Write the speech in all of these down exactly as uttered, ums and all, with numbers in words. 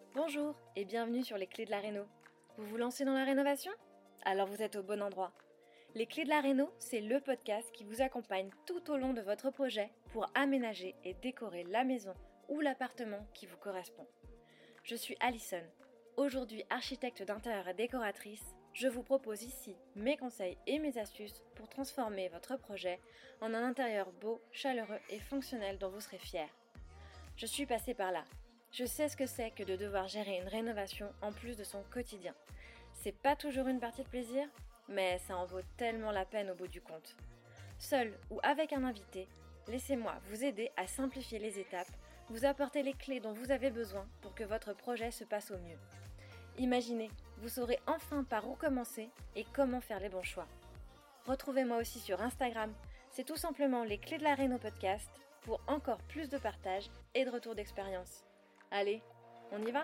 Bonjour et bienvenue sur les clés de la réno. Vous vous lancez dans la rénovation? Alors vous êtes au bon endroit. Les clés de la réno, c'est le podcast qui vous accompagne tout au long de votre projet pour aménager et décorer la maison ou l'appartement qui vous correspond. Je suis Alison, aujourd'hui architecte d'intérieur et décoratrice. Je vous propose ici mes conseils et mes astuces pour transformer votre projet en un intérieur beau, chaleureux et fonctionnel dont vous serez fiers. Je suis passée par là. Je sais ce que c'est que de devoir gérer une rénovation en plus de son quotidien. C'est pas toujours une partie de plaisir, mais ça en vaut tellement la peine au bout du compte. Seul ou avec un invité, laissez-moi vous aider à simplifier les étapes, vous apporter les clés dont vous avez besoin pour que votre projet se passe au mieux. Imaginez, vous saurez enfin par où commencer et comment faire les bons choix. Retrouvez-moi aussi sur Instagram, c'est tout simplement les clés de la réno podcast pour encore plus de partage et de retour d'expérience. Allez, on y va ?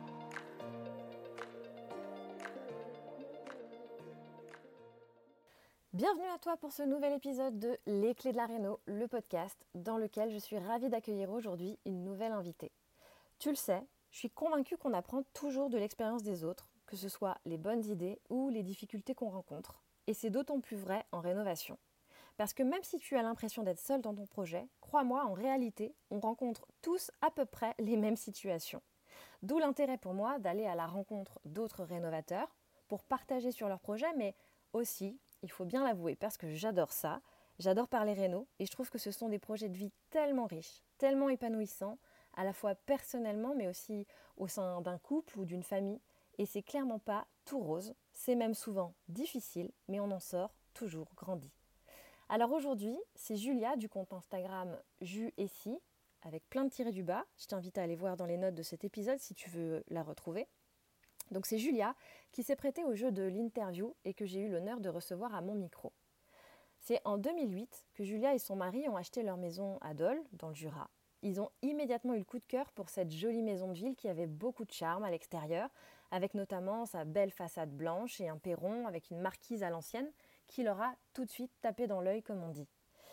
Bienvenue à toi pour ce nouvel épisode de Les clés de la réno, le podcast dans lequel je suis ravie d'accueillir aujourd'hui une nouvelle invitée. Tu le sais, je suis convaincue qu'on apprend toujours de l'expérience des autres, que ce soit les bonnes idées ou les difficultés qu'on rencontre. Et c'est d'autant plus vrai en rénovation. Parce que même si tu as l'impression d'être seul dans ton projet, crois-moi, en réalité, on rencontre tous à peu près les mêmes situations. D'où l'intérêt pour moi d'aller à la rencontre d'autres rénovateurs pour partager sur leurs projets, mais aussi, il faut bien l'avouer, parce que j'adore ça, j'adore parler réno et je trouve que ce sont des projets de vie tellement riches, tellement épanouissants, à la fois personnellement, mais aussi au sein d'un couple ou d'une famille. Et c'est clairement pas tout rose, c'est même souvent difficile, mais on en sort toujours grandi. Alors aujourd'hui, c'est Julia du compte Instagram Ju et Si, avec plein de tirets du bas. Je t'invite à aller voir dans les notes de cet épisode si tu veux la retrouver. Donc c'est Julia qui s'est prêtée au jeu de l'interview et que j'ai eu l'honneur de recevoir à mon micro. C'est en deux mille huit que Julia et son mari ont acheté leur maison à Dole, dans le Jura. Ils ont immédiatement eu le coup de cœur pour cette jolie maison de ville qui avait beaucoup de charme à l'extérieur, avec notamment sa belle façade blanche et un perron avec une marquise à l'ancienne qui leur a tout de suite tapé dans l'œil, comme on dit.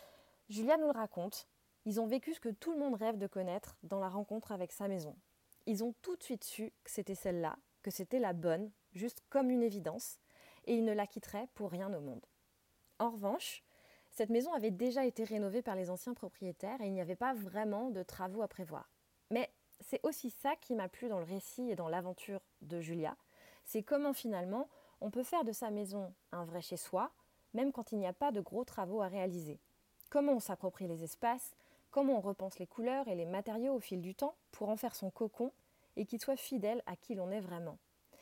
Julia nous le raconte, ils ont vécu ce que tout le monde rêve de connaître dans la rencontre avec sa maison. Ils ont tout de suite su que c'était celle-là, que c'était la bonne, juste comme une évidence, et ils ne la quitteraient pour rien au monde. En revanche, cette maison avait déjà été rénovée par les anciens propriétaires et il n'y avait pas vraiment de travaux à prévoir. Mais c'est aussi ça qui m'a plu dans le récit et dans l'aventure de Julia, c'est comment finalement on peut faire de sa maison un vrai chez-soi, même quand il n'y a pas de gros travaux à réaliser. Comment on s'approprie les espaces, comment on repense les couleurs et les matériaux au fil du temps pour en faire son cocon et qu'il soit fidèle à qui l'on est vraiment.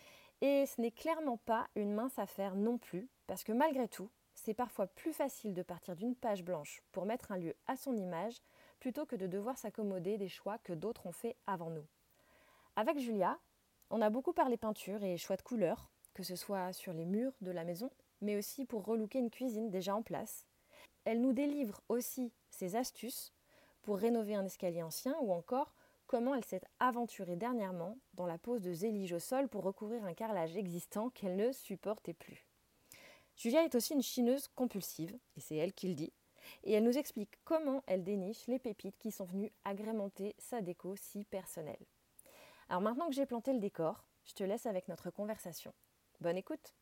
Et ce n'est clairement pas une mince affaire non plus, parce que malgré tout, c'est parfois plus facile de partir d'une page blanche pour mettre un lieu à son image plutôt que de devoir s'accommoder des choix que d'autres ont faits avant nous. Avec Julia, on a beaucoup parlé peinture et choix de couleurs, que ce soit sur les murs de la maison, mais aussi pour relooker une cuisine déjà en place. Elle nous délivre aussi ses astuces pour rénover un escalier ancien ou encore comment elle s'est aventurée dernièrement dans la pose de zélige au sol pour recouvrir un carrelage existant qu'elle ne supportait plus. Julia est aussi une chineuse compulsive, et c'est elle qui le dit, et elle nous explique comment elle déniche les pépites qui sont venues agrémenter sa déco si personnelle. Alors maintenant que j'ai planté le décor, je te laisse avec notre conversation. Bonne écoute!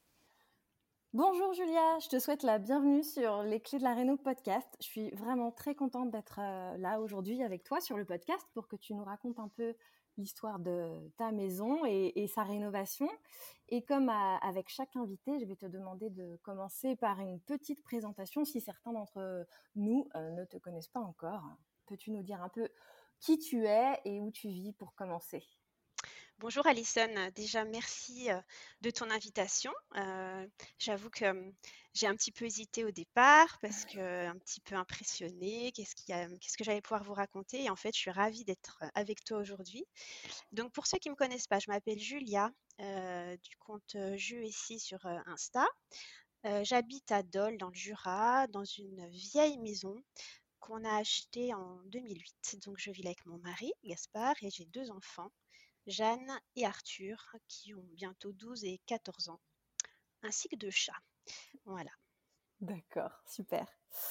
Bonjour Julia, je te souhaite la bienvenue sur les clés de la réno podcast. Je suis vraiment très contente d'être euh, là aujourd'hui avec toi sur le podcast pour que tu nous racontes un peu l'histoire de ta maison et, et sa rénovation. Et comme à, avec chaque invité, je vais te demander de commencer par une petite présentation si certains d'entre nous euh, ne te connaissent pas encore. Peux-tu nous dire un peu qui tu es et où tu vis pour commencer ? Bonjour Alison, déjà merci euh, de ton invitation. Euh, j'avoue que euh, j'ai un petit peu hésité au départ parce que un petit peu impressionnée, qu'est-ce, qu'il y a- qu'est-ce que j'allais pouvoir vous raconter et en fait je suis ravie d'être avec toi aujourd'hui. Donc pour ceux qui ne me connaissent pas, je m'appelle Julia euh, du compte euh, Ju et Si sur euh, Insta. Euh, j'habite à Dole dans le Jura, dans une vieille maison qu'on a achetée en deux mille huit. Donc je vis là avec mon mari Gaspard et j'ai deux enfants. Jeanne et Arthur, qui ont bientôt douze et quatorze ans, ainsi que deux chats. Voilà. D'accord, super.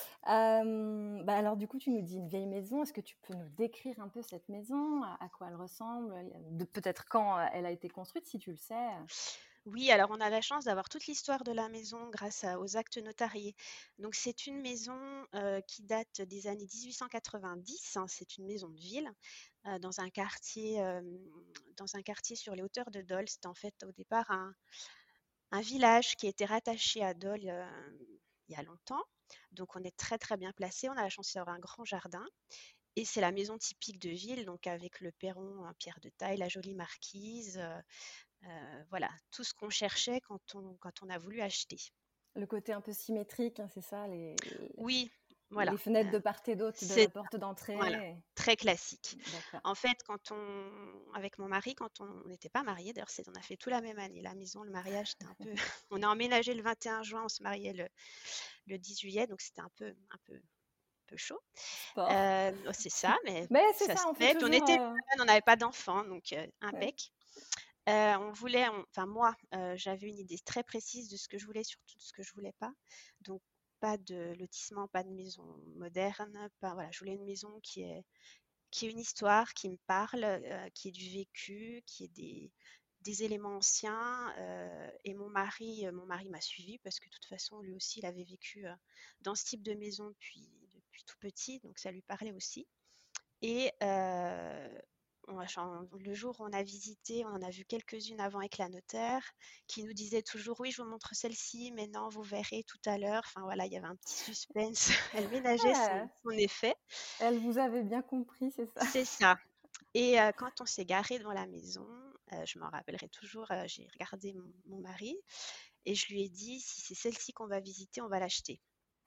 Hem, bah, alors du coup, tu nous dis une vieille maison. Est-ce que tu peux nous décrire un peu cette maison? À à quoi elle ressemble? De peut-être quand, heu, elle a été construite, si tu le sais? Oui, alors on a la chance d'avoir toute l'histoire de la maison grâce à- aux actes notariés. Donc c'est une maison euh, qui date des années mille huit cent quatre-vingt-dix, hein, c'est une maison de ville euh, dans un quartier, euh, dans un quartier sur les hauteurs de Dole. C'était en fait au départ un, un village qui était rattaché à Dole euh, il y a longtemps. Donc on est très très bien placé. On a la chance d'avoir un grand jardin. Et c'est la maison typique de ville, donc avec le perron en pierre de taille, la jolie marquise, euh, euh, voilà, tout ce qu'on cherchait quand on, quand on a voulu acheter. Le côté un peu symétrique, hein, c'est ça? Les Oui, voilà, les fenêtres euh, de part et d'autre de c'est la porte voilà, d'entrée? très classique. D'accord. En fait, quand on, avec mon mari, quand on on n'était pas mariés, d'ailleurs, c'est, on a fait tout la même année. La maison, le mariage, c'était un peu. On a emménagé le vingt et un juin, on se mariait le, le dix juillet, donc c'était un peu, un peu, un peu chaud. Sport. Euh, oh, c'est ça, mais Mais c'est ça se ça, on fait fait. Puis on toujours, était heu jeunes, on n'avait pas d'enfants, donc euh, ouais. impec. Euh, on voulait, on- enfin moi, euh, j'avais une idée très précise de ce que je voulais, surtout de ce que je voulais pas. Donc pas de lotissement, pas de maison moderne, pas voilà. Je voulais une maison qui est qui ait une histoire, qui me parle, euh, qui ait du vécu, qui ait des des éléments anciens. Euh, et mon mari, euh, mon mari m'a suivi parce que de toute façon, lui aussi, il avait vécu euh, dans ce type de maison depuis depuis tout petit, donc ça lui parlait aussi. Et euh, on a chan- le jour où on a visité, on en a vu quelques-unes avant avec la notaire, qui nous disait toujours oui, je vous montre celle-ci, mais non, vous verrez tout à l'heure. Enfin voilà, il y avait un petit suspense. Elle ménageait son, Ah, son effet. elle vous avait bien compris, c'est ça? C'est ça. Et euh, quand on s'est garé devant la maison, euh, je m'en rappellerai toujours, euh, j'ai regardé mon, mon mari et je lui ai dit si c'est celle-ci qu'on va visiter, on va l'acheter.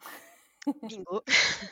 Bingo.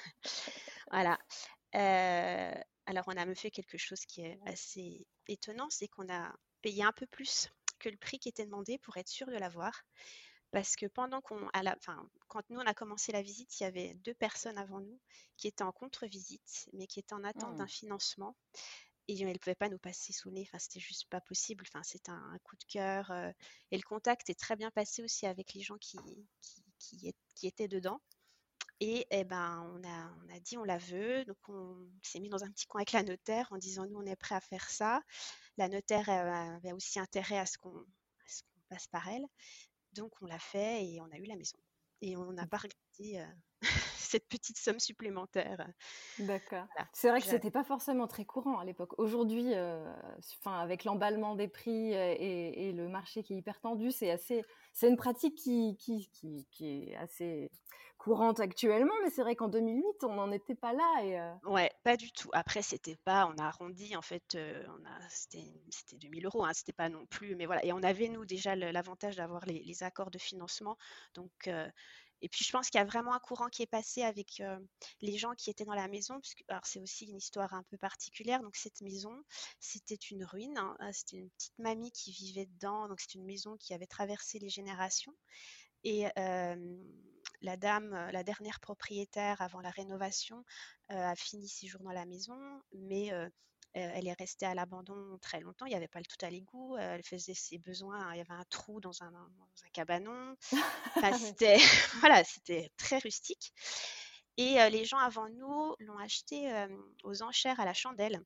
Voilà. Euh, alors, on a même fait quelque chose qui est assez étonnant, c'est qu'on a payé un peu plus que le prix qui était demandé pour être sûr de l'avoir. Parce que pendant qu'on, à la, enfin, quand nous on a commencé la visite, il y avait deux personnes avant nous qui étaient en contre-visite, mais qui étaient en attente Mmh. d'un financement et elles ne pouvaient pas nous passer sous le nez. Enfin, c'était juste pas possible. Enfin, c'était un, un coup de cœur. euh, et le contact est très bien passé aussi avec les gens qui, qui, qui, est- qui étaient dedans. Et eh ben, on a, on a dit on la veut, donc on s'est mis dans un petit coin avec la notaire en disant nous on est prêt à faire ça. La notaire euh, avait aussi intérêt à ce qu'on à ce qu'on passe par elle, donc on l'a fait et on a eu la maison. Et on n'a pas regretté euh, cette petite somme supplémentaire. D'accord. Voilà. C'est vrai que J'a- c'était pas forcément très courant à l'époque. Aujourd'hui, heu, enfin, avec l'emballement des prix, heu, et et le marché qui est hyper tendu, c'est assez c'est une pratique qui qui qui qui est assez courante actuellement, mais c'est vrai qu'en deux mille huit, on n'en était pas là et heu Ouais, pas du tout. Après, c'était pas, on a arrondi en fait, euh, on a, c'était, c'était deux mille euros, hein, c'était pas non plus, mais voilà. Et on avait nous déjà le- l'avantage d'avoir les, les accords de financement. Donc, euh, et puis je pense qu'il y a vraiment un courant qui est passé avec euh, les gens qui étaient dans la maison, parce que alors c'est aussi une histoire un peu particulière. Donc cette maison, c'était une ruine, hein, euh, c'était une petite mamie qui vivait dedans. Donc c'est une maison qui avait traversé les générations. Et euh, la dame, euh, la dernière propriétaire avant la rénovation, euh, a fini ses jours dans la maison, mais euh, euh, elle est restée à l'abandon très longtemps. Il n'y avait pas le tout à l'égout. euh, Elle faisait ses besoins. Il y avait un trou dans un, dans un cabanon. Enfin, ah oui. c'était voilà, c'était très rustique. Et euh, les gens avant nous l'ont acheté euh, aux enchères à la chandelle.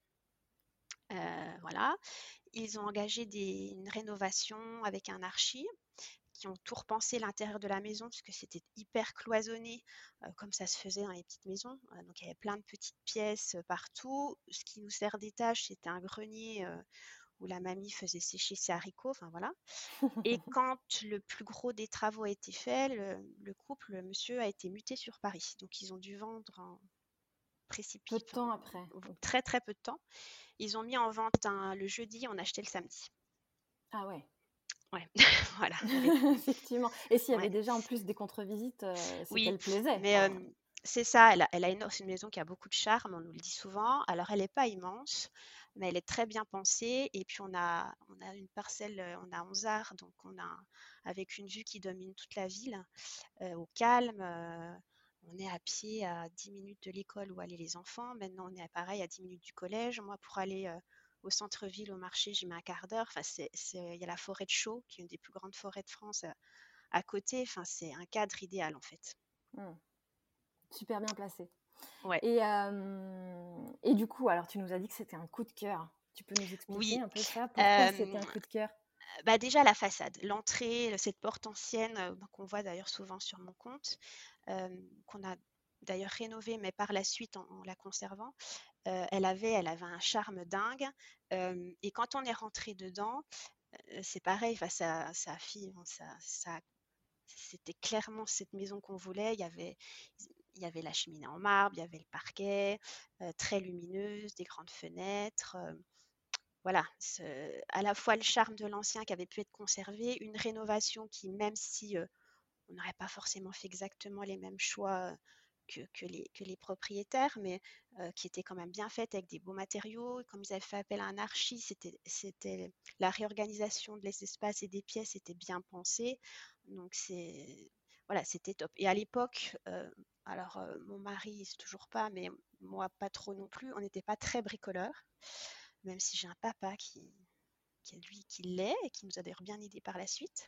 Euh, voilà. Ils ont engagé des, une rénovation avec un archi qui ont tout repensé l'intérieur de la maison parce que c'était hyper cloisonné, euh, comme ça se faisait dans les petites maisons. Euh, donc il y avait plein de petites pièces euh, partout. Ce qui nous sert d'étage, c'était un grenier euh, où la mamie faisait sécher ses haricots. Enfin voilà. Et quand le plus gros des travaux a été fait, le, le couple, le monsieur, a été muté sur Paris. Donc ils ont dû vendre en Peu précipit, de enfin, temps après. très très peu de temps. Ils ont mis en vente un- le jeudi, on achetait le samedi. Ah ouais, Ouais, voilà. Il y avait, effectivement. Et s'il y ouais. avait déjà en plus des contre-visites, heu, c'est Oui, qu'elle plaisait, mais enfin hem, c'est ça, elle a elle a une c'est une maison qui a beaucoup de charme, on nous le dit souvent. Alors elle n'est pas immense, mais elle est très bien pensée et puis on a on a une parcelle, heu, on a onze arts, donc on a avec une vue qui domine toute la ville, heu, au calme, heu, on est à pied à dix minutes de l'école où allaient les enfants. Maintenant, on est à pareil à dix minutes du collège. Moi, pour aller, heu, au centre-ville, au marché, j'y mets un quart d'heure. Enfin, c'est c'est il y a la forêt de Chaux, qui est une des plus grandes forêts de France, heu, à côté. Enfin, c'est un cadre idéal, en fait. Mmh. Super bien placé. Ouais. Et, euh, et du coup, alors tu nous as dit que c'était un coup de cœur. Tu peux nous expliquer Oui. un peu ça? Pourquoi c'était Hem, un coup de cœur? Bah, déjà la façade, l'entrée, cette porte ancienne, heu, qu'on voit d'ailleurs souvent sur mon compte, hem, qu'on a d'ailleurs rénovée, mais par la suite en en la conservant. Heu, elle avait elle avait un charme dingue, hem et quand on est rentré dedans, heu, c'est pareil, enfin ça ça a fi ça ça c'était clairement cette maison qu'on voulait. Il y avait il y avait la cheminée en marbre, il y avait le parquet, heu, très lumineuse, des grandes fenêtres, heu, voilà, ce à la fois le charme de l'ancien qui avait pu être conservé, une rénovation qui même si, heu, on n'aurait pas forcément fait exactement les mêmes choix, heu, que que les que les propriétaires, mais heu, qui était quand même bien faite avec des beaux matériaux. Comme ils avaient fait appel à un archi, c'était c'était la réorganisation de les espaces et des pièces était bien pensée. Donc c'est voilà, c'était top. Et à l'époque, heu, alors, heu, mon mari, c'est toujours pas, mais moi pas trop non plus, on n'était pas très bricoleurs, même si j'ai un papa qui qui lui qui l'est et qui nous a d'ailleurs bien aidés par la suite.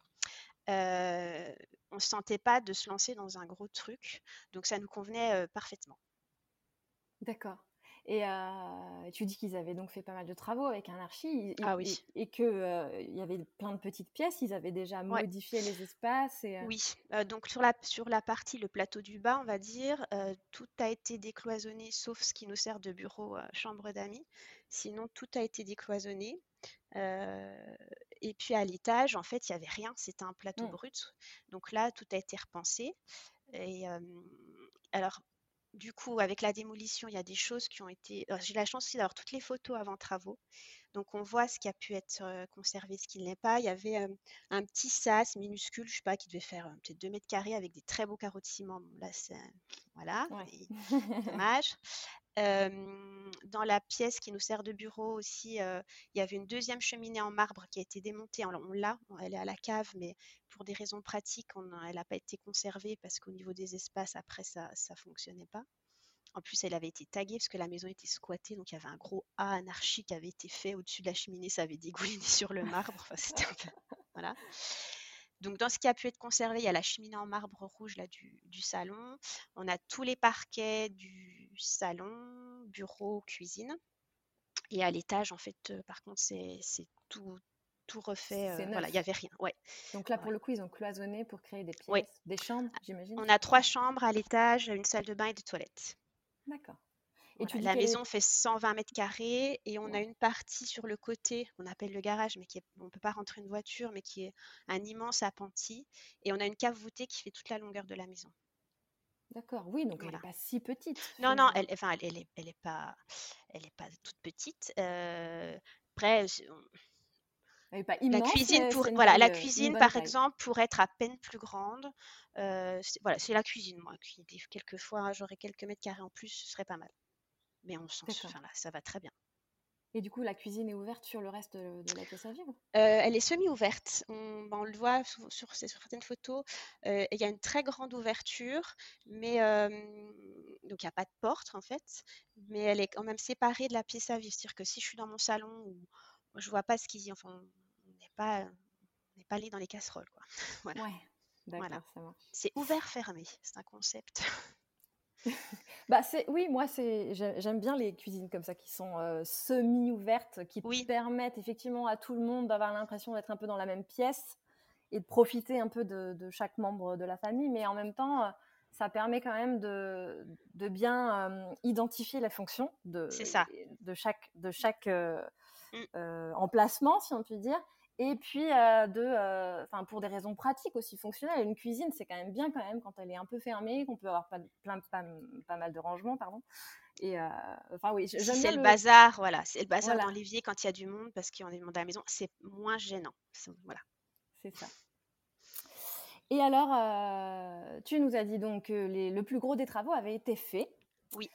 Heu, on ne se sentait pas de se lancer dans un gros truc, donc ça nous convenait, heu, parfaitement. D'accord. Et euh, tu dis qu'ils avaient donc fait pas mal de travaux avec un archi et, Ah et, oui, et que euh, il y avait plein de petites pièces. Ils avaient déjà ouais, modifié les espaces. Et, euh, oui, heu, donc sur la sur la partie, le plateau du bas, on va dire, heu, tout a été décloisonné sauf ce qui nous sert de bureau, heu, chambre d'amis. Sinon tout a été décloisonné, heu et puis à l'étage, en fait, il y avait rien, c'était un plateau hmm, brut. Donc là, tout a été repensé. Et hem, alors, du coup, avec la démolition, il y a des choses qui ont été alors j'ai la chance aussi d'avoir toutes les photos avant travaux. Donc on voit ce qui a pu être, heu, conservé, ce qui ne l'est pas. Il y avait, hem, un petit sas minuscule, je sais pas, qui devait faire, heu, peut-être deux mètres carrés avec des très beaux carreaux de ciment. Bon là, c'est voilà, ouais. et dommage. Hem, dans la pièce qui nous sert de bureau aussi, heu, il y avait une deuxième cheminée en marbre qui a été démontée. Alors on l'a, elle est à la cave, mais pour des raisons pratiques, on a elle n'a pas été conservée parce qu'au niveau des espaces, après ça ça fonctionnait pas. En plus, elle avait été taguée parce que la maison était squattée, donc il y avait un gros A anarchique qui avait été fait au-dessus de la cheminée, ça avait dégouliné sur le marbre. Enfin, c'était un peu voilà. Donc dans ce qui a pu être conservé, il y a la cheminée en marbre rouge là du, du salon. On a tous les parquets du salon, bureau, cuisine. Et à l'étage, en fait, euh, par contre, c'est c'est tout, tout refait. C'est Euh, neuf. voilà, il n'y avait rien. Ouais, Donc là, ouais, pour le coup, ils ont cloisonné pour créer des ouais. pièces, des chambres, j'imagine, On c'est a pour ça? trois chambres à l'étage, une salle de bain et des toilettes. D'accord. Et Voilà. tu dis La qu'elle est... maison fait cent vingt mètres carrés et on a Ouais, une partie sur le côté qu'on appelle le garage, mais qui est, on ne peut pas rentrer une voiture, mais qui est un immense appentis. Et on a une cave voûtée qui fait toute la longueur de la maison. d'accord. Oui, donc elle n'est Voilà. pas si petite, Non, non, finalement. elle, enfin, elle, elle est, elle est pas, elle est pas toute petite. Euh, après, je- on- Elle n'est pas la immense, cuisine mais pour, c'est une voilà, taille, la euh, une cuisine bonne par taille. exemple pourrait être à peine plus grande. Euh, c'est- voilà, c'est la cuisine, moi, qui des- quelquefois j'aurais quelques mètres carrés en plus, ce serait pas mal. Mais on s'en, D'accord. enfin là, ça va très bien. Et du coup, la cuisine est ouverte sur le reste de, de la pièce à vivre? Euh, elle est semi-ouverte. On, ben, on le voit sur, sur ces- sur certaines photos. Euh, il y a une très grande ouverture, mais euh, donc il n'y a pas de porte en fait, mais elle est quand même séparée de la pièce à vivre. C'est-à-dire que si je suis dans mon salon, ou, je vois pas ce qui, enfin, on n'est pas, on n'est pas allé dans les casseroles, quoi. Voilà, Ouais, voilà. d'accord, ça marche. C'est ouvert fermé, c'est un concept. Bah c'est, oui, moi c'est, j'ai- j'aime bien les cuisines comme ça qui sont euh, semi-ouvertes, qui Oui, permettent effectivement à tout le monde d'avoir l'impression d'être un peu dans la même pièce et de profiter un peu de, de chaque membre de la famille, mais en même temps, euh, ça permet quand même de, de bien euh, identifier la fonction c'est de, ça. de chaque, de chaque euh, Mm, euh, emplacement, si on peut dire. Et puis, euh, de, euh, enfin, pour des raisons pratiques aussi fonctionnelles, une cuisine, c'est quand même bien quand même quand elle est un peu fermée, qu'on peut avoir pas, plein, pas, pas mal de rangements, pardon. Et euh, enfin oui, Si j'aime c'est bien le le, bazar, voilà, c'est le bazar dans voilà, l'évier quand il y a du monde parce qu'il y en a du monde à la maison, c'est moins gênant. C'est- Voilà. c'est ça. Et alors, euh, tu nous as dit donc que les, le plus gros des travaux avait été fait. Oui,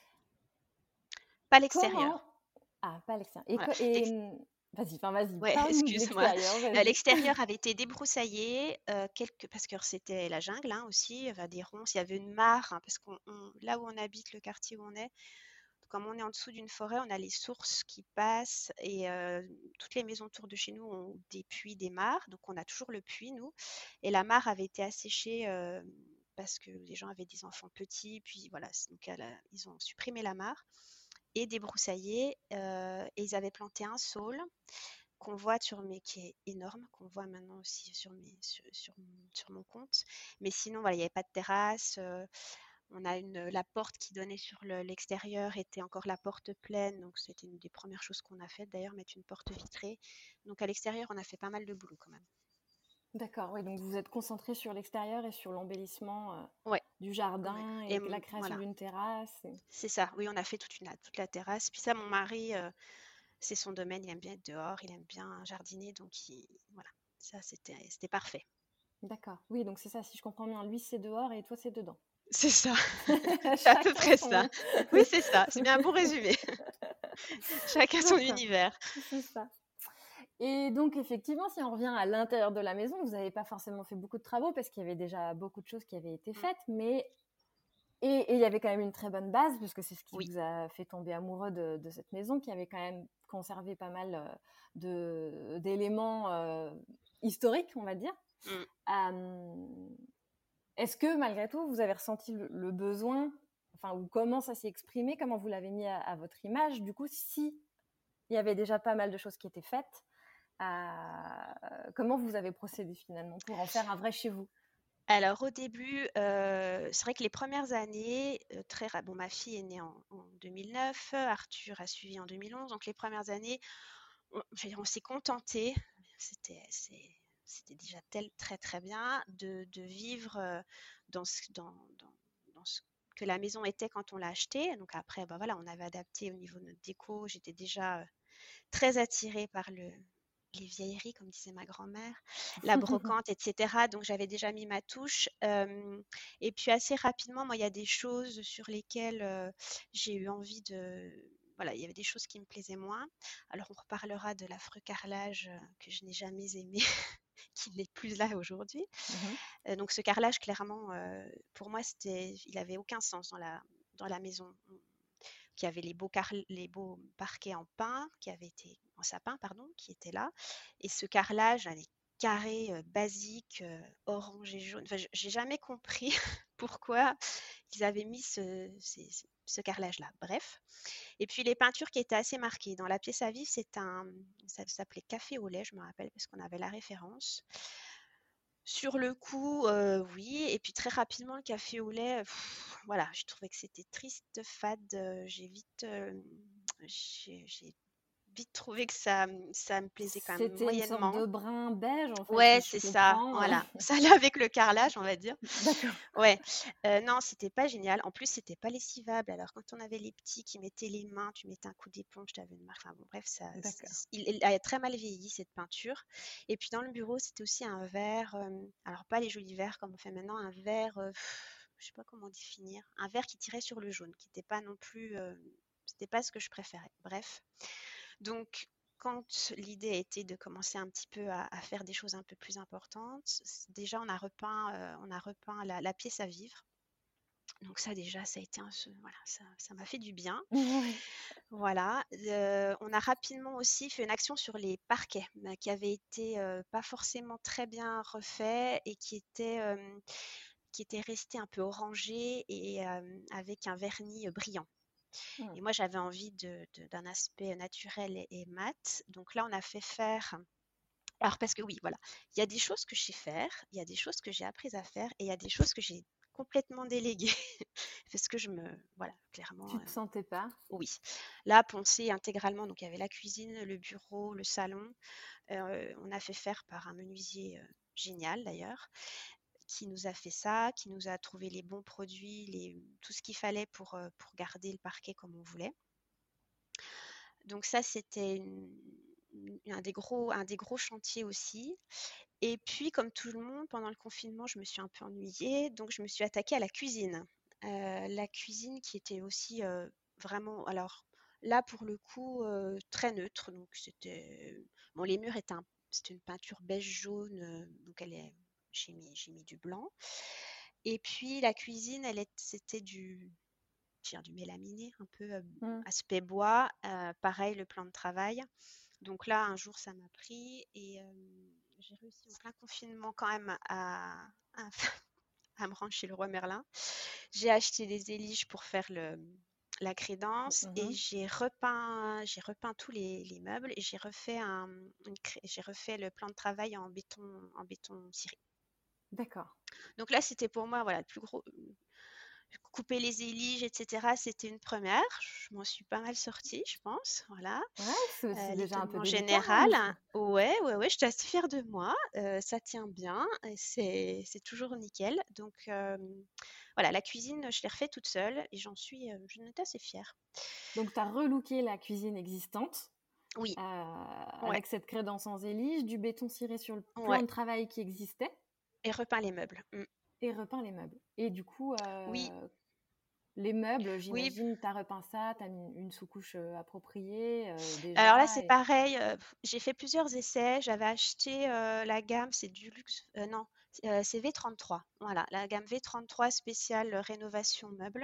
pas Comment? l'extérieur. Ah, pas l'extérieur. Et, Voilà. co- et L'ex- vas-y, enfin vas-y, ouais, parle-nous de excuse-moi. l'extérieur, Euh, vas-y. L'extérieur avait été débroussaillé, euh, quelques... parce que c'était la jungle hein, aussi, il y avait des ronces, il y avait une mare, hein, parce qu'on on- là où on habite, le quartier où on est, comme on est en dessous d'une forêt, on a les sources qui passent et euh, toutes les maisons autour de chez nous ont des puits, des mares, donc on a toujours le puits, nous. Et la mare avait été asséchée euh, parce que les gens avaient des enfants petits, puis voilà, donc elle a- ils ont supprimé la mare et débroussaillé, euh, et ils avaient planté un saule qu'on voit sur mes, qui est énorme, qu'on voit maintenant aussi sur, mes, sur, sur, mon, sur mon compte. Mais sinon, voilà, il n'y avait pas de terrasse. euh, on a une, la porte qui donnait sur le- l'extérieur était encore la porte pleine, donc c'était une des premières choses qu'on a faites d'ailleurs, mettre une porte vitrée. Donc à l'extérieur, on a fait pas mal de boulot quand même. D'accord, oui, donc vous êtes concentré sur l'extérieur et sur l'embellissement euh, Ouais, du ouais. jardin Et et la m- création voilà, d'une terrasse. et- c'est ça. Oui, on a fait toute, une, toute la terrasse. Puis ça, mon mari, euh, c'est son domaine, il aime bien être dehors, il aime bien jardiner, donc il, voilà, ça c'était c'était parfait. D'accord, oui, donc c'est ça, si je comprends bien, lui c'est dehors et toi c'est dedans. C'est ça, c'est à peu Chacun près ça. son... Oui, c'est ça, c'est bien un bon résumé. Chacun son D'accord, univers. c'est ça. Et donc effectivement, si on revient à l'intérieur de la maison, vous n'avez pas forcément fait beaucoup de travaux parce qu'il y avait déjà beaucoup de choses qui avaient été Mm. faites, mais et et il y avait quand même une très bonne base, puisque c'est ce qui Oui. vous a fait tomber amoureux de, de cette maison, qui avait quand même conservé pas mal euh, de, d'éléments euh, historiques, on va dire. Mm. Euh, Est-ce que malgré tout, vous avez ressenti le, le besoin, enfin, ou comment ça s'est exprimé, comment vous l'avez mis à, à votre image, du coup, si il y avait déjà pas mal de choses qui étaient faites, euh, comment vous avez procédé finalement pour en faire un vrai chez vous? Alors au début, euh, c'est vrai que les premières années, euh, très ra- bon, ma fille est née en, en deux mille neuf, Arthur a suivi en deux mille onze, donc les premières années, on, je veux dire, on s'est contenté, c'était c'est- c'était déjà tel, très très bien de, de vivre euh, dans ce, dans, dans, dans ce que la maison était quand on l'a achetée. Donc après, bah voilà, on avait adapté au niveau de notre déco. J'étais déjà euh, très attirée par le, les vieilleries, comme disait ma grand-mère, la brocante, et cetera. Donc j'avais déjà mis ma touche. Euh, et puis assez rapidement, moi, il y a des choses sur lesquelles euh, j'ai eu envie de... Voilà, il y avait des choses qui me plaisaient moins. Alors on reparlera de l'affreux carrelage euh, que je n'ai jamais aimé, qui n'est plus là aujourd'hui. Mhm. Euh, donc ce carrelage, clairement, euh, pour moi, c'était, il avait aucun sens dans la, dans la maison. Qui avait les beaux, car- les beaux parquets en pin, qui avaient été en sapin, pardon, qui étaient là, et ce carrelage, les carrés euh, basiques, euh, orange et jaune. Enfin, je- j'ai jamais compris pourquoi ils avaient mis ce, ces- ce carrelage-là. Bref. Et puis les peintures qui étaient assez marquées. Dans la pièce à vivre, c'est un, ça s'appelait café au lait, je me rappelle, parce qu'on avait la référence. Sur le coup, heu, oui, et puis très rapidement le café au lait, pff, voilà, je trouvais que c'était triste, fade, heu, j'ai vite, hem, j'ai j'ai vite trouvé que ça, mmh, ça me plaisait quand même C'était une sorte moyennement. de brun beige, en fait, Ouais, si je c'est ça, comprends. voilà, ça allait avec le carrelage, on va dire. D'accord. Ouais, heu, non, c'était pas génial. En plus, c'était pas lessivable. Alors quand on avait les petits qui mettaient les mains, tu mettais un coup d'éponge, tu avais une marque, enfin bon bref, ça D'accord. c il il a très mal vieilli cette peinture. Et puis dans le bureau, c'était aussi un vert, hem, alors pas les jolis verts comme on fait maintenant, un vert, heu, je sais pas comment définir, un vert qui tirait sur le jaune, qui était pas non plus, heu, c'était pas ce que je préférais. Bref, donc quand l'idée a été de commencer un petit peu à, à faire des choses un peu plus importantes, déjà on a repeint, euh, on a repeint la, la pièce à vivre. Donc ça déjà, ça a été un, voilà, ça, ça m'a fait du bien. Ouais. Voilà. Euh, on a rapidement aussi fait une action sur les parquets bah, qui avaient été euh, pas forcément très bien refaits et qui étaient euh, qui étaient restés un peu orangés et euh, avec un vernis brillant. Mmh. Et moi, j'avais envie de, de, d'un aspect naturel et, et mat. Donc là, on a fait faire. Alors, parce que oui, voilà, il y a des choses que je sais faire, il y a des choses que j'ai apprises à faire et il y a des choses que j'ai complètement déléguées. Parce que je me. Voilà, clairement, Tu euh, te sentais pas? oui. Là, poncer intégralement, donc il y avait la cuisine, le bureau, le salon. Euh, on a fait faire par un menuisier euh, génial d'ailleurs qui nous a fait ça, qui nous a trouvé les bons produits, les, tout ce qu'il fallait pour, euh, pour garder le parquet comme on voulait. Donc ça, c'était une- un des gros, un des gros chantiers aussi. Et puis, comme tout le monde, pendant le confinement, je me suis un peu ennuyée, donc je me suis attaquée à la cuisine. Euh, la cuisine qui était aussi euh, vraiment, alors là pour le coup, euh, très neutre. Donc c'était, bon, les murs étaient un- c'était une peinture beige jaune, euh, donc elle est, j'ai mis, j'ai mis du blanc. Et puis la cuisine, elle est, c'était du, je veux dire, du mélaminé, un peu euh, Mmh. aspect bois. Euh, pareil, le plan de travail. Donc là, un jour, ça m'a pris et euh, j'ai réussi en plein confinement quand même à, à, à me rendre chez le roi Merlin. J'ai acheté des éliges pour faire le, la crédence et Mhm. j'ai repeint, j'ai repeint tous les, les meubles et j'ai refait un, une cré- j'ai refait le plan de travail en béton, en béton ciré. D'accord. Donc là, c'était pour moi, voilà, le plus gros, couper les éliges, et cetera. C'était une première. Je m'en suis pas mal sortie, je pense. Voilà. Ouais, c'est Euh, c'est déjà un peu l'étonnement délicat, hein, général. il faut. Ouais, ouais, ouais, je suis assez fière de moi. Euh, ça tient bien et c'est, c'est toujours nickel. Donc euh, voilà, la cuisine, je l'ai refait toute seule et j'en suis, euh, j'en étais assez fière. Donc, tu as relooké la cuisine existante Oui, euh, ouais, avec cette crédence en zélige, du béton ciré sur le plan ouais. de travail qui existait Et repeint les meubles. Mm. et repeint les meubles. Et du coup, Oui, euh, les meubles, oui. j'imagine, tu as repeint ça, tu as mis une sous-couche euh, appropriée euh, Alors là, déjà. c'est Et... pareil. Euh, j'ai fait plusieurs essais. J'avais acheté euh, la gamme, c'est du luxe. Euh, non, euh, c'est V trente-trois. Voilà, la gamme V trente-trois spéciale euh, rénovation meuble.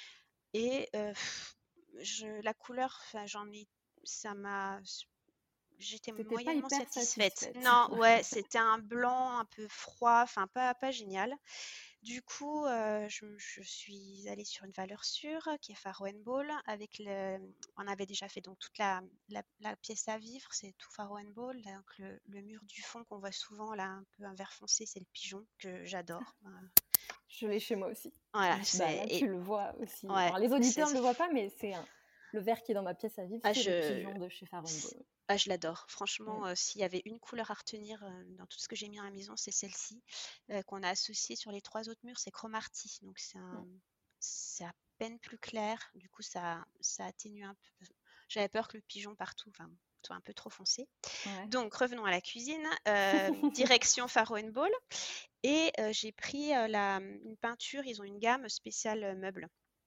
Et euh, pff, je, la couleur, enfin, j'en ai, ça m'a, j'étais T'étais pas moyennement hyper satisfaite. satisfaite. Non, ouais, c'était un blanc un peu froid, enfin pas, pas génial. Du coup, euh, je, je suis allée sur une valeur sûre qui est Faro and Ball. Avec le, on avait déjà fait donc toute la, la, la pièce à vivre, c'est tout Faro and Ball. Donc le, le mur du fond qu'on voit souvent là, un peu un vert foncé, c'est le pigeon que j'adore. Euh, Je l'ai chez moi aussi. Voilà, Je- Bah, c'est là, et tu le vois aussi. ouais, Alors, les c'est auditeurs ne le voient pas, mais c'est un... le verre qui est dans ma pièce à vivre, ah c'est le je pigeon de chez Faron c- Ball. ah, je l'adore. Mm. Franchement, euh, s'il y avait une couleur à retenir euh, dans tout ce que j'ai mis à la maison, c'est celle-ci euh, qu'on a associée sur les trois autres murs, c'est Chromarty. Donc c'est un, Mm. c'est à peine plus clair. Du coup, ça, ça atténue un peu. J'avais peur que le pigeon partout, enfin, soit un peu trop foncé. Ouais. Donc revenons à la cuisine. Euh, direction Faro and Ball. Et euh, j'ai pris euh, la, une peinture. Ils ont une gamme spéciale euh, meubles.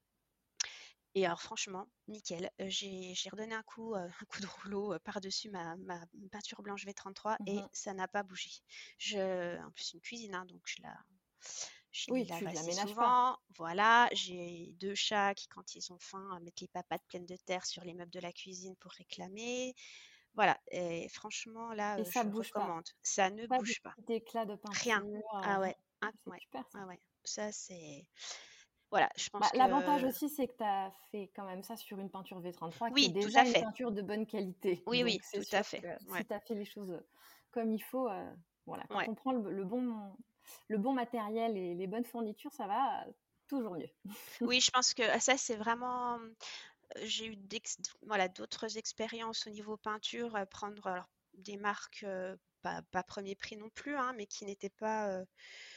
Et alors franchement, nickel. Heu, j'ai j'ai redonné un coup, heu, un coup de rouleau, heu, par-dessus ma ma peinture blanche V trente-trois et Mhm. ça n'a pas bougé. Je En plus, c'est une cuisine, hein, donc je la je les Oui, lave tu la assez ménages pas. souvent. Voilà, j'ai deux chats qui, quand ils ont faim, mettent les papates pleines de terre sur les meubles de la cuisine pour réclamer. Voilà et franchement là, Et heu, ça je bouge pas. recommande. Ça ne Pas de bouge pas. petit éclat de Rien. peinture, euh, Ah rien. ouais. Ah C'est ouais. super ça. Ah ouais. Ça c'est voilà, je Bah, pense l'avantage que aussi, c'est que tu as fait quand même ça sur une peinture V trente-trois qui est oui, tout déjà à une fait. peinture de bonne qualité. Oui, Donc, oui, c'est tout à sûr fait. que Ouais. si tu as fait les choses comme il faut, euh, voilà, quand Ouais. on prend le, le bon, le bon matériel et les bonnes fournitures, ça va toujours mieux. Oui, je pense que ah, ça, c'est vraiment, heu, j'ai eu d'ex voilà, d'autres expériences au niveau peinture, heu, prendre alors des marques, heu, pas pas premier prix non plus, hein, mais qui n'étaient pas, heu,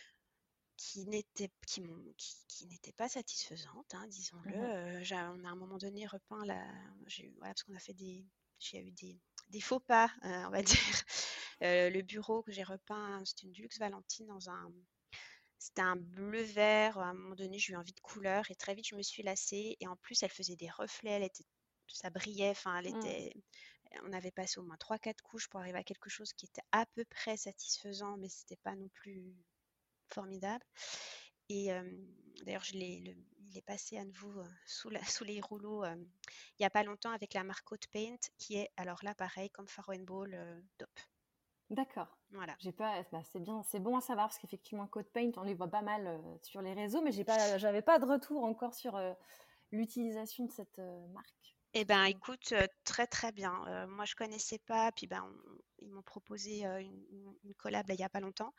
qui n'étaient qui m'ont qui qui n'étaient pas satisfaisantes, hein, disons-le. Mhm. Heu, j'a on a à un moment donné repeint la j'ai eu voilà, parce qu'on a fait des j'ai eu des des faux pas, heu, on va dire. Heu, le bureau que j'ai repeint, c'était une Dulux Valentine dans un c'était un bleu vert. À un moment donné, j'ai eu envie de couleur et très vite, je me suis lassée. Et en plus, elle faisait des reflets, elle était, ça brillait. Enfin, elle Mm. était, on avait passé au moins trois, quatre couches pour arriver à quelque chose qui était à peu près satisfaisant, mais c'était pas non plus formidable. Et euh, d'ailleurs, je l'ai, le- il est passé à nouveau euh, sous, la- sous les rouleaux euh, il n'y a pas longtemps avec la marque Hot Paint, qui est alors là pareil comme Faro and Ball, euh, top. D'accord. Voilà. J'ai pas, bah, c'est bien, c'est bon à savoir parce qu'effectivement, Code Paint, on les voit pas mal euh, sur les réseaux, mais j'ai pas, j'avais pas de retour encore sur euh, l'utilisation de cette euh, marque. Eh Parce ben, que écoute, heu, très, très bien. Heu, moi, je connaissais pas, puis, ben, on ils m'ont proposé, heu, une une une collab, là, il y a pas longtemps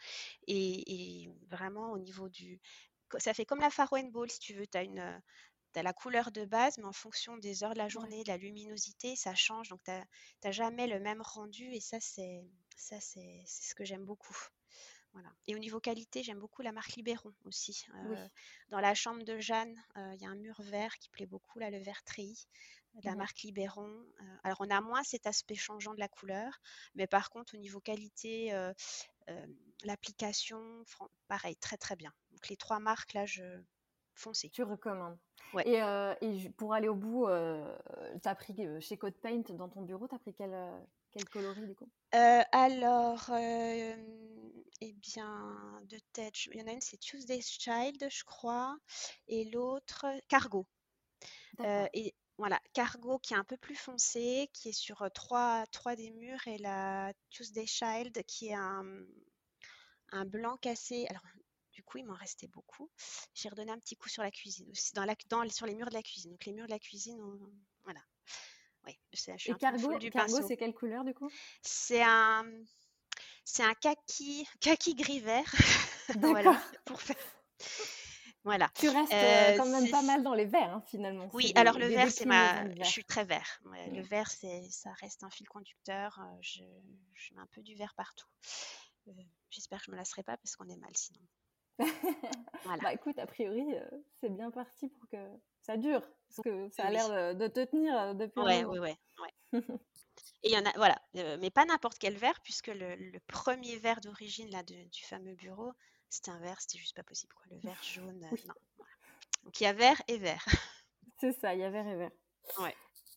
et et vraiment au niveau du co ça fait comme la Faro and Ball si tu veux. Tu as une, heu, tu as la couleur de base, mais en fonction des heures de la ouais. journée, de la luminosité, ça change, donc tu as jamais le même rendu et ça, c'est ça, c'est c'est ce que j'aime beaucoup. Voilà et au niveau qualité, j'aime beaucoup la marque Libéron aussi. Oui. Heu, dans la chambre de Jeanne, heu, il y a un mur vert qui plaît beaucoup là, le vert treillis de la Mhm. marque Libéron. Heu, alors on a moins cet aspect changeant de la couleur, mais par contre au niveau qualité, heu, hem, l'application, fran pareil, très, très bien. Donc les trois marques là, je foncez. Tu recommandes. Ouais. Et, euh, et ju- pour aller au bout, euh, t'as pris euh, chez Code Paint dans ton bureau, t'as pris quel, euh, quel coloris du coup? Heu, alors, hem, et bien, de tête, je il y en a une, c'est Tuesday's Child, je crois et l'autre, Cargo. Heu D'accord. et voilà, Cargo qui est un peu plus foncé, qui est sur, heu, trois 3 des murs et la Tuesday Child qui est un, mmh, un blanc cassé. Alors, du coup, il m'en restait beaucoup. J'ai redonné un petit coup sur la cuisine aussi, dans la, dans, sur les murs de la cuisine. Donc les murs de la cuisine, on- voilà. Oui, je suis Et un peu une folle cargo, du cargo, pinceau. c'est quelle couleur du coup? C'est un, c'est un kaki, kaki gris vert. Voilà, D'accord. pour faire. Voilà. Tu restes euh, Euh, quand même c'est pas mal dans les verts, hein, finalement. C'est Oui, alors des, le des vert, c'est déclinaisons ma. de Je suis vert. très vert. Ouais, le Mm. vert, c'est, ça reste un fil conducteur. euh, Je, je mets un peu du vert partout. Euh, J'espère que je me lasserai pas parce qu'on est mal sinon. Voilà. Bah écoute, a priori, euh, c'est bien parti pour que ça dure, parce que ça Oui, a oui. l'air de, de te tenir euh, depuis un Ouais, ouais, moment. ouais, ouais. Et il y en a, voilà, euh, mais pas n'importe quel verre, puisque le, le premier verre d'origine là de- du fameux bureau, c'était un verre, c'était juste pas possible quoi. Le verre jaune, euh, Oui, non. Voilà. Donc il y a vert et vert. c'est ça, il y a vert et vert. Ouais.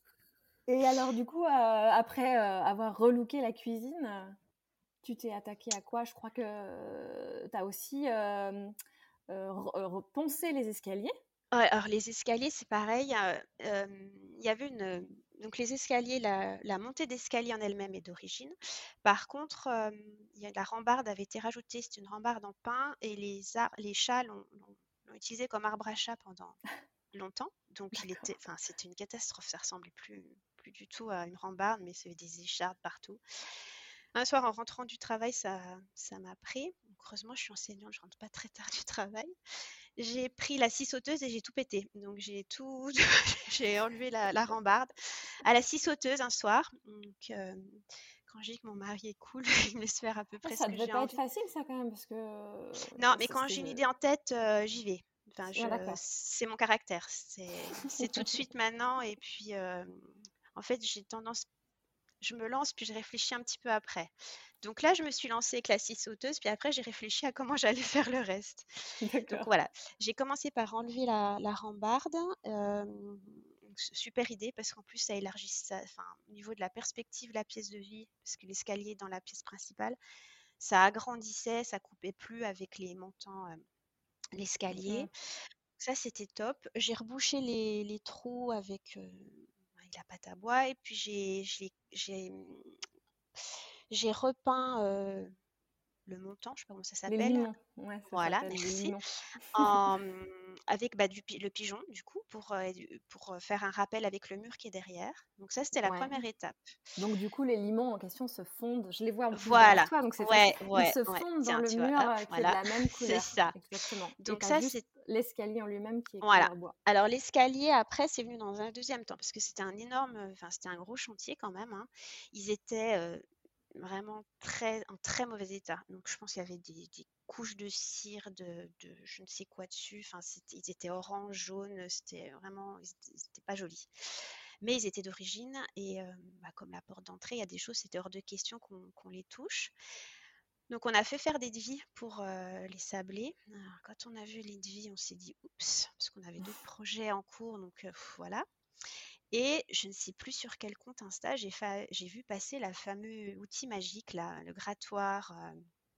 Et alors du coup, euh, après euh, avoir relooké la cuisine, euh, tu t'es attaqué à quoi? Je crois que tu as aussi euh, euh, re- re- poncé les escaliers. Ouais, alors les escaliers, c'est pareil. euh, euh, Il y avait une. Donc les escaliers, la, la montée d'escalier en elle-même est d'origine. Par contre, euh, il y a, la rambarde avait été rajoutée. C'est une rambarde en pin et les, ar- les chats l'ont l'ont- l'ont utilisé comme arbre à chat pendant longtemps. Donc il était, D'accord. enfin, c'était une catastrophe. Ça ressemblait plus, plus du tout à une rambarde, mais c'est des échardes partout. Un soir, en rentrant du travail, ça, ça m'a pris. Donc, heureusement, je suis enseignante, je rentre pas très tard du travail. J'ai pris la scie sauteuse et j'ai tout pété. Donc j'ai tout, j'ai enlevé la, la rambarde à la scie sauteuse un soir. Donc euh, quand je dis que mon mari est cool, il me laisse faire à peu Ah, près ce ça que devait j'ai pas être envie. facile ça quand même, parce que euh, Non, mais c'est... quand j'ai une c'est- idée en tête, euh, j'y vais. Enfin, Ah, je, d'accord. c'est mon caractère. C'est, c'est tout de suite maintenant. Et puis, euh, en fait, j'ai tendance, je me lance puis je réfléchis un petit peu après. Donc là, je me suis lancée avec la scie sauteuse, puis après, j'ai réfléchi à comment j'allais faire le reste. Donc D'accord. voilà, j'ai commencé par enlever la, la rambarde. Euh, super idée parce qu'en plus, ça élargit ça, enfin, au niveau de la perspective, la pièce de vie, parce que l'escalier est dans la pièce principale, ça agrandissait, ça coupait plus avec les montants, euh, Mm. l'escalier. Ça, c'était top. J'ai rebouché les, les trous avec, euh, avec la pâte à bois et puis j'ai, je l'ai- j'ai, j'ai repeint euh, le montant, je sais pas comment ça Les s'appelle. limons, ouais, ça Voilà, s'appelle les merci. limons. En, mmh, avec bah, du pi- le pigeon, du coup, pour, euh, du- pour euh, faire un rappel avec le mur qui est derrière. Donc ça, c'était la Ouais. première étape. Donc du coup, les limons en question se fondent. Je les vois en plus derrière Voilà, toi, donc c'est facile. ouais, Ils ouais, se ouais. fondent dans Tiens, le tu vois, mur hop, euh, qui est de voilà, la même c'est couleur, ça. exactement. Et Donc tu as ça, juste c'est, l'escalier en lui-même qui est voilà. couleur bois. Alors l'escalier, après, c'est venu dans un deuxième temps, parce que c'était un énorme, enfin, c'était un gros chantier quand même, hein. Ils étaient euh, vraiment très, en très mauvais état. Donc je pense qu'il y avait des, des couches de cire, de, de je ne sais quoi dessus. Enfin, c'était- ils étaient orange, jaune, c'était vraiment, ils étaient, c'était pas joli. Mais ils étaient d'origine et euh, bah, comme la porte d'entrée, il y a des choses, c'était hors de question qu'on qu'on les touche. Donc on a fait faire des devis pour euh, les sablés. Alors, quand on a vu les devis, on s'est dit oups, parce qu'on avait d'autres projets en cours, donc euh, voilà. Et je ne sais plus sur quel compte Insta, j'ai fa- j'ai vu passer la fameux outil magique, là, le grattoir. euh,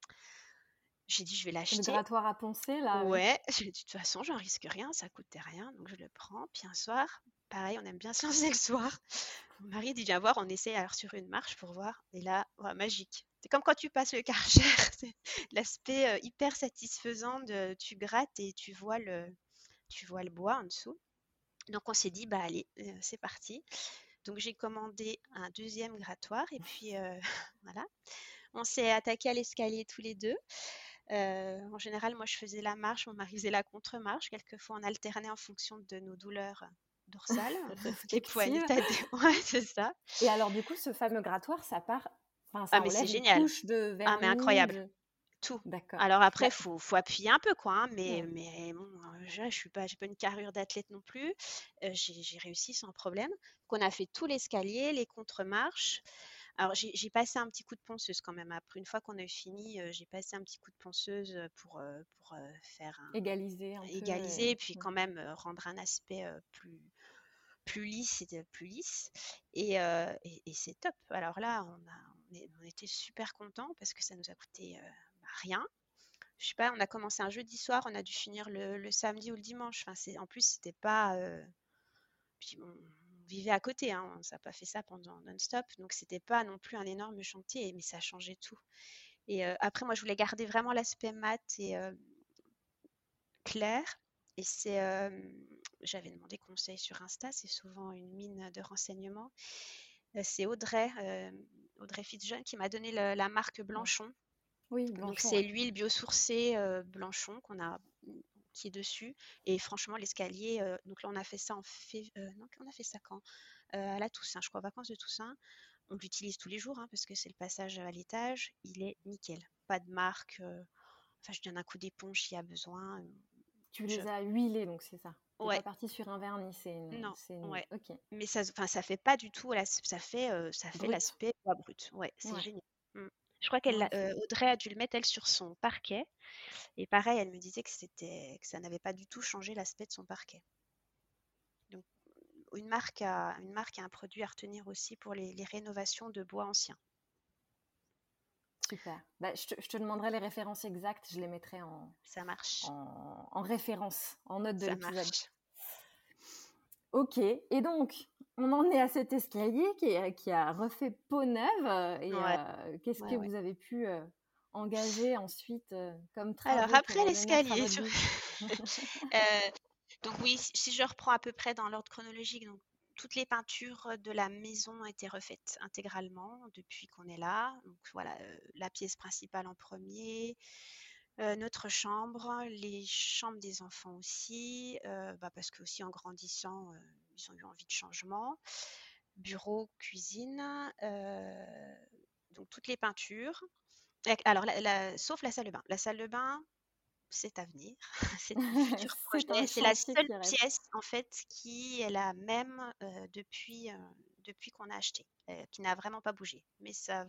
J'ai dit, je vais Le l'acheter. grattoir à poncer, là, oui. Ouais, j'ai dit, de toute façon, j'en risque rien, ça coûtait rien, donc je le prends. Puis un soir, pareil, on aime bien se lancer le soir. Mon mari dit, viens voir, on essaie alors sur une marche pour voir. Et là, ouais, magique. C'est comme quand tu passes le Karcher, c'est l'aspect euh, hyper satisfaisant de tu grattes et tu vois le, tu vois le bois en dessous. Donc on s'est dit, bah allez, euh, c'est parti. Donc j'ai commandé un deuxième grattoir et puis euh, voilà. On s'est attaqué à l'escalier tous les deux. Euh, en général, moi je faisais la marche, mon mari faisait la contre-marche. Quelquefois on alternait en fonction de nos douleurs dorsales, des poignets. Respective. Ouais, c'est ça. Et alors, du coup, ce fameux grattoir, ça part, enfin, Ah ça mais c'est enlève une génial. couche de Ah mais vernis. incroyable. De... Tout. D'accord. Alors après, Bah, faut, faut appuyer un peu, quoi, hein, mais, ouais. mais bon, euh, je, je suis pas, j'ai pas une carrure d'athlète non plus. Euh, j'ai, j'ai réussi sans problème. Qu'on a fait tout l'escalier, les contre-marches. Alors j'ai, j'ai passé un petit coup de ponceuse quand même. Après, une fois qu'on a eu fini, euh, j'ai passé un petit coup de ponceuse pour, euh, pour euh, faire un, Égaliser un peu. égaliser, et Et... puis ouais. quand même euh, rendre un aspect euh, plus, plus lisse et de- plus lisse. Et, euh, et, et c'est top. Alors là, on a, on, est- on était super contents parce que ça nous a coûté euh, bah, rien. Je sais pas, on a commencé un jeudi soir, on a dû finir le, le samedi ou le dimanche. Enfin, c'est, en plus, c'était pas. euh, puis on, on vivait à côté, hein, on n'a pas fait ça pendant non-stop, donc c'était pas non plus un énorme chantier, mais ça changeait tout. Et euh, après, moi, je voulais garder vraiment l'aspect mat et euh, clair. Et c'est, euh, j'avais demandé conseil sur Insta, c'est souvent une mine de renseignements. Euh, c'est Audrey, euh, Audrey Fitzjohn qui m'a donné le- la marque Ouais. Blanchon. Oui, Donc Blanchon, c'est ouais. l'huile biosourcée euh, Blanchon qu'on a qui est dessus. Et franchement, l'escalier, euh, donc là on a fait ça en fév- euh, non, on a fait ça quand? Euh, à la Toussaint, je crois, aux vacances de Toussaint. On l'utilise tous les jours hein, parce que c'est le passage à l'étage. Il est nickel. Pas de marque. euh, Enfin, je donne un coup d'éponge s'il y a besoin. euh, Tu Je... les as huilés, donc c'est ça. T'es Ouais, pas parti sur un vernis, c'est une, non, c'est une huile. ouais. Ok. Mais ça, enfin, ça fait pas du tout, la- ça fait, euh, ça fait Brut. l'aspect bois brut. Ouais, c'est Ouais. génial. Mm. Je crois qu'elle, Ouais, l'a- c'est. euh, Audrey a dû le mettre elle sur son parquet. Et pareil, elle me disait que c'était, que ça n'avait pas du tout changé l'aspect de son parquet. Donc, une marque a, une marque a un produit à retenir aussi pour les, les rénovations de bois anciens. Super. Bah, je, te, je te demanderai les références exactes, je les mettrai en, Ça marche, en, en référence, en note de ça l'épisode. marche. Ok, et donc, on en est à cet escalier qui, a- qui a refait peau neuve. euh, Et Ouais, euh, qu'est-ce que ouais, ouais. vous avez pu euh, engager ensuite euh, comme Alors travaux après pour le mettre à l'escalier, votre tu- goût? Euh, donc oui, si si je reprends à peu près dans l'ordre chronologique, donc toutes les peintures de la maison ont été refaites intégralement depuis qu'on est là. Donc voilà, euh, la pièce principale en premier, euh, notre chambre, les chambres des enfants aussi, euh, bah, parce que aussi en grandissant, euh, ils ont eu envie de changement. Bureau, cuisine, euh, donc toutes les peintures. Et- Alors, la- la- sauf la salle de bain. La salle de bain, c'est à venir, c'est un futur C'est un projet. C'est la chantier seule qui reste. pièce en fait qui est la même euh, depuis, euh, depuis qu'on a acheté, euh, qui n'a vraiment pas bougé. Mais ça,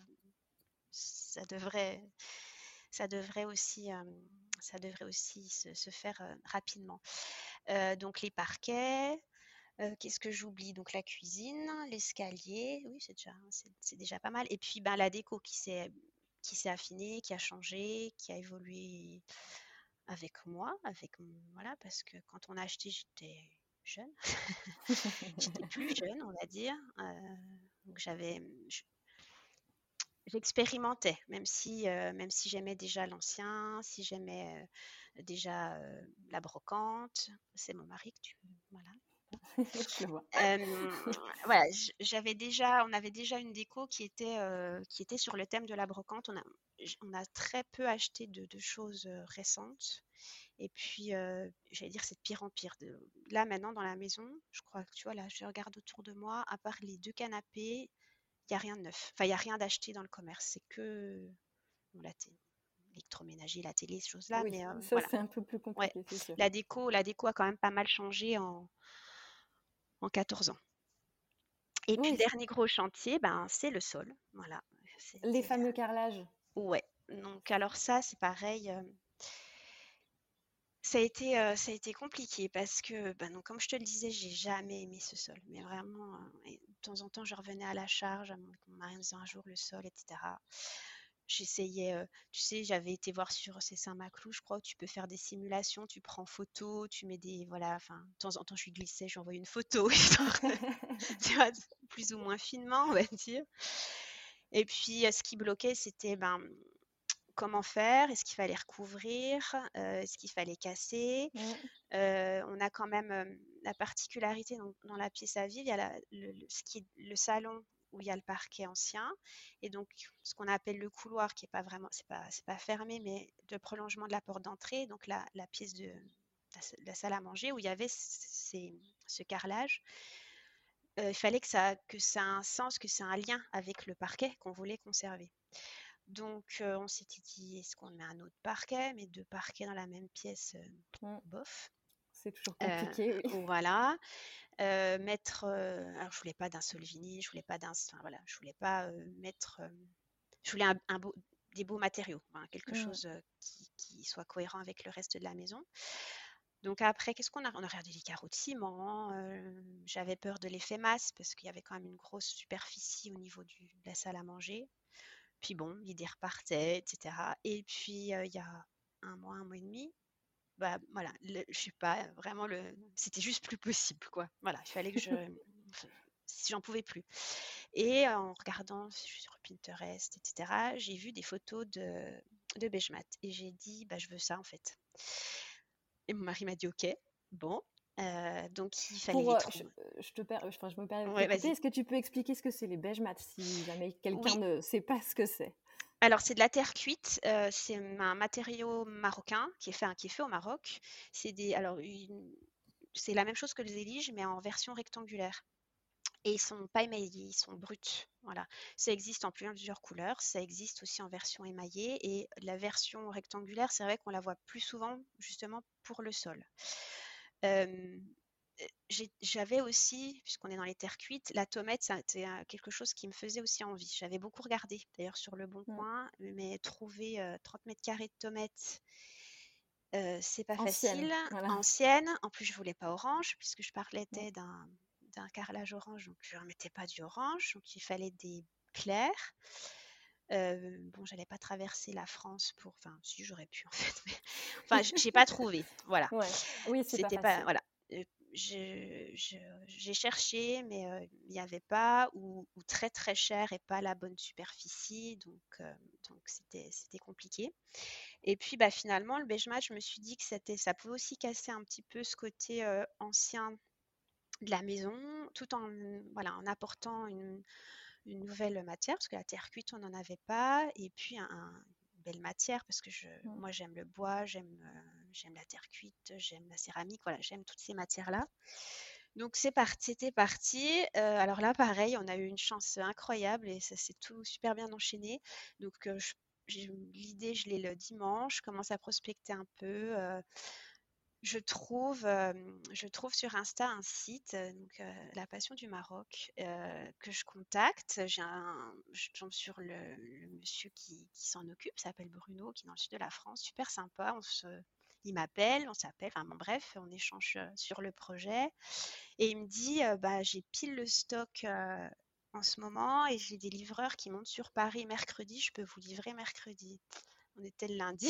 ça devrait, ça devrait aussi, euh, ça devrait aussi se, se faire euh, rapidement. Euh, donc les parquets. euh, qu'est-ce que j'oublie? Donc la cuisine, l'escalier, oui, c'est déjà, c'est, c'est déjà pas mal. Et puis ben, la déco qui s'est, qui s'est affinée, qui a changé, qui a évolué avec moi, avec mon- voilà, parce que quand on a acheté, j'étais jeune, j'étais plus jeune, on va dire. Euh, donc j'avais, j- j'expérimentais, même si, euh, même si j'aimais déjà l'ancien, si j'aimais euh, déjà euh, la brocante. C'est mon mari que tu, voilà. Je le vois. Euh, voilà, j- j'avais déjà, on avait déjà une déco qui était, euh, qui était sur le thème de la brocante. On a, j- on a très peu acheté de, de choses euh, récentes. Et puis, euh, j'allais dire, c'est de pire en pire. De- Là, maintenant, dans la maison, je crois que tu vois, là, je regarde autour de moi, à part les deux canapés, il n'y a rien de neuf. Enfin, il n'y a rien d'acheté dans le commerce. C'est que bon, la té- l'électroménager, la télé, ces choses-là. Oui, Mais euh, ça voilà. c'est un peu plus Ouais. compliqué, c'est sûr. La déco, la déco a quand même pas mal changé en, en quatorze ans. Et puis, le Oui, dernier gros chantier, ben, c'est le sol. Voilà. les C'était. fameux carrelages. Ouais. Donc, alors, ça, c'est pareil. euh, Ça a été, heu, ça a été compliqué parce que, bah, donc comme je te le disais, j'ai jamais aimé ce sol, mais vraiment, heu et de temps en temps, je revenais à la charge à mon avec mon mari en me disant: «Un jour le sol» et cetera. J'essayais, heu, tu sais, j'avais été voir sur c'est Saint-Maclou, je crois, où tu peux faire des simulations, tu prends photo, tu mets des voilà, enfin, de temps en temps, je lui glissais, je lui envoyais une photo histoire de tu vois, plus ou moins finement, on va dire et puis, heu, ce qui bloquait, c'était, ben, comment faire? Est-ce qu'il fallait recouvrir? Heu, est-ce qu'il fallait casser? Mm. Heu, on a quand même, hem, la particularité donc dans la pièce à vivre, il y a la le le ce qui est le salon où il y a le parquet ancien et donc ce qu'on appelle le couloir qui est pas vraiment c'est pas c'est pas fermé, mais le prolongement de la porte d'entrée, donc la la pièce de la sa la salle à manger où il y avait c ces ce carrelage. Heu, il fallait que ça que ça a un sens, que ça a un lien avec le parquet qu'on voulait conserver. Donc heu, on s'était dit: «Est-ce qu'on met un autre parquet?» mais deux parquets dans la même pièce, heu, Mm. bof. C'est toujours Heu, compliqué, oui. voilà, heu, mettre, heu, alors je voulais pas d'un Solvini, je voulais pas d'un enfin voilà, je voulais pas, heu, mettre, hem, je voulais un un beau des beaux matériaux, hein, quelque Mm. chose, heu, qui qui soit cohérent avec le reste de la maison. Donc après, qu'est-ce qu'on a on a regardé les carreaux de ciment, heu, j'avais peur de l'effet masse parce qu'il y avait quand même une grosse superficie au niveau du de la salle à manger. Puis bon, l'idée repartait et cetera et puis, heu, il y a un mois, un mois et demi, bah, voilà, le je suis pas vraiment le c'était juste plus possible, quoi. Voilà, il fallait que je enfin, si j'en pouvais plus et en regardant sur Pinterest et cetera, j'ai vu des photos de de beige mat et j'ai dit: «Bah, je veux ça, en fait». Et mon mari m'a dit: «OK, bon». Heu, donc il fallait Pour, les heu, je trouver. heu, je te per enfin, je me permets de te Ouais, couper. vas-y. Est-ce que tu peux expliquer ce que c'est les beige mats si jamais quelqu'un Oui, ne sait pas ce que c'est? alors c'est de la terre cuite, heu, c'est un matériau marocain qui est fait qui est fait au Maroc. C'est des alors une c'est la même chose que le zélige, mais en version rectangulaire. Et ils sont pas émaillés, ils sont bruts. Voilà. Ça existe en plusieurs couleurs. Ça existe aussi en version émaillée. Et la version rectangulaire, c'est vrai qu'on la voit plus souvent justement pour le sol. Euh, j'ai- J'avais aussi, puisqu'on est dans les terres cuites, la tomate, c'était quelque chose qui me faisait aussi envie. J'avais beaucoup regardé, d'ailleurs sur Le Bon Mmh. Coin, mais trouver euh, trente mètres carrés de tomates, euh, c'est pas Ancienne, facile. voilà. Ancienne, en plus je voulais pas orange, puisque je parlais Mmh. d'un d'un carrelage orange, donc je ne mettais pas du orange, donc il fallait des clairs. Euh, bon, j'allais pas traverser la France pour, enfin, si j'aurais pu en fait, mais enfin, j- j'ai pas trouvé. Voilà, Ouais. Oui, c'est pas c'était pas, facile. voilà. Euh, je- je- j'ai cherché, mais euh, il n'y avait pas, ou, ou très très cher et pas la bonne superficie, donc euh, donc c'était c'était compliqué. Et puis bah, finalement, le beige mat, je me suis dit que c'était, ça pouvait aussi casser un petit peu ce côté euh, ancien de la maison, tout en, voilà, en apportant une, une nouvelle matière, parce que la terre cuite, on n'en avait pas, et puis un, un- une belle matière, parce que je, Mmh. moi j'aime le bois, j'aime euh, j'aime la terre cuite, j'aime la céramique, voilà, j'aime toutes ces matières-là. Donc c'est parti, c'était parti. Euh, alors là, pareil, on a eu une chance incroyable et ça s'est tout super bien enchaîné. Donc euh, je- j'ai- l'idée, je l'ai le dimanche, je commence à prospecter un peu. euh, je trouve, hem, je trouve sur Insta un site, heu, donc heu, La Passion du Maroc, heu, que je contacte. J'ai un je tombe sur le le monsieur qui qui s'en occupe, il s'appelle Bruno, qui est dans le sud de la France, super sympa. On se Il m'appelle, on s'appelle, enfin bon bref, on échange, heu, sur le projet et il me dit, heu: «Bah, j'ai pile le stock, heu, en ce moment et j'ai des livreurs qui montent sur Paris mercredi, je peux vous livrer mercredi». On était le lundi.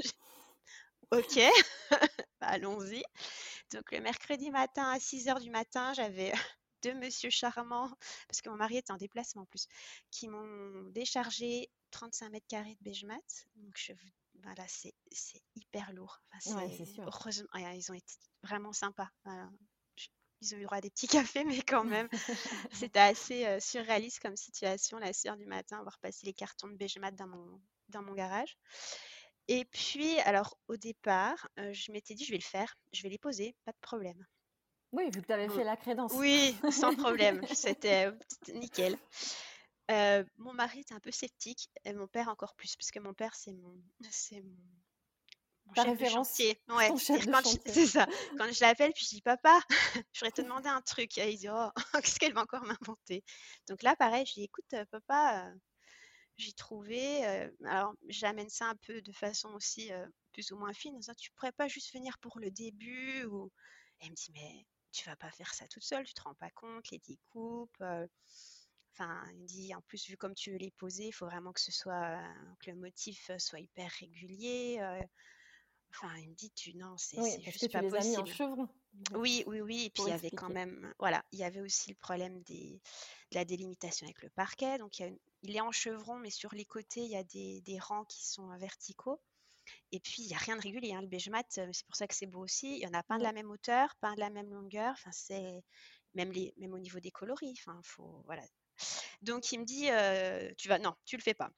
OK, bah, allons-y. Donc le mercredi matin à six heures du matin, j'avais deux monsieur charmants, parce que mon mari était en déplacement en plus, qui m'ont déchargé trente-cinq mètres carrés de beige mat. Donc je, voilà, c'est c'est hyper lourd. Enfin, Ouais, c'est c'est sûr. heureusement, ouais, ils ont été vraiment sympas. Voilà. Je- Ils ont eu droit à des petits cafés, mais quand même, c'était assez euh, surréaliste comme situation, la six heures du matin, avoir passé les cartons de beige mat dans mon, dans mon garage. Et puis, alors au départ, euh, je m'étais dit, je vais le faire, je vais les poser, pas de problème. Oui, vu que tu avais Bon, fait la crédence. oui, sans problème, c'était c'était nickel. Heu, mon mari était un peu sceptique et mon père encore plus, parce que mon père, c'est mon c'est mon mon Ta chef de référence, chantier. Ouais, ton chef c'est-à-dire de quand je chantier. c'est ça, quand je l'appelle puis je dis: «Papa, je voudrais te demander un truc». Et il dit: «Oh, qu'est-ce qu'elle va encore m'inventer?» Donc là, pareil, je dis: «Écoute, heu, papa, heu, j'ai trouvé, heu» alors j'amène ça un peu de façon aussi, heu, plus ou moins fine, en disant: «Tu pourrais pas juste venir pour le début ou?» Et il me dit: «Mais tu vas pas faire ça toute seule, tu te rends pas compte, les découpes, heu». Enfin, il me dit: «En plus, vu comme tu veux les poser, il faut vraiment que ce soit, heu, que le motif, heu, soit hyper régulier, heu». Enfin, il me dit: «Tu non, c'est Oui, c'est parce que juste tu pas les as mis en possible». chevron, en fait, Oui, oui, oui, et puis pour il y avait quand expliquer. même, voilà, il y avait aussi le problème des de la délimitation avec le parquet. Donc il y a une il est en chevron, mais sur les côtés, il y a des des rangs qui sont, heu, verticaux et puis il y a rien de régulier, hein. Le beige mat, heu, c'est pour ça que c'est beau aussi. Il y en a pas de Mmh. la même hauteur, pas de la même longueur, enfin c'est même les même au niveau des coloris, enfin faut voilà. Donc il me dit, heu: «Tu vas non, tu le fais pas».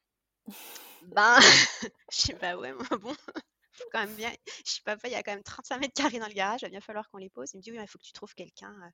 Ben, je dis: «Bah ouais, moi bon, faut quand même bien». Je dis: «Papa, il y a quand même trente-cinq mètres carrés dans le garage, il va bien falloir qu'on les pose». Il me dit: «Oui, il faut que tu trouves quelqu'un, heu».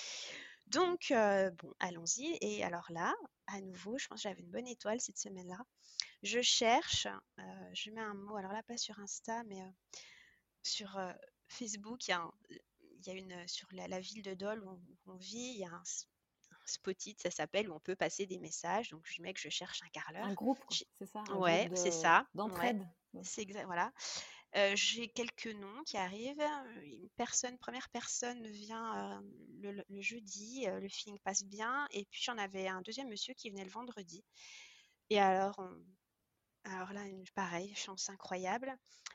Donc heu, bon, allons-y. Et alors là, à nouveau, je pense que j'avais une bonne étoile cette semaine-là. Je cherche, heu, je mets un mot, alors là, pas sur Insta, mais heu, sur, heu, Facebook, il y a un il y a une, sur la la ville de Dole où on où on vit, il y a un s un Spotit, ça s'appelle, où on peut passer des messages. Donc je mets que je cherche un Un carreleur. groupe, quoi, J'ai c'est ça? Un groupe Ouais, c'est de ça, ouais, d'entraide? Mmh. c'est exact, voilà. Heu, j'ai quelques noms qui arrivent. Heu, une personne première personne vient, heu, le le le jeudi, heu, le feeling passe bien. Et puis j'en avais un deuxième monsieur qui venait le vendredi. Et alors on alors là, une pareil, chance incroyable,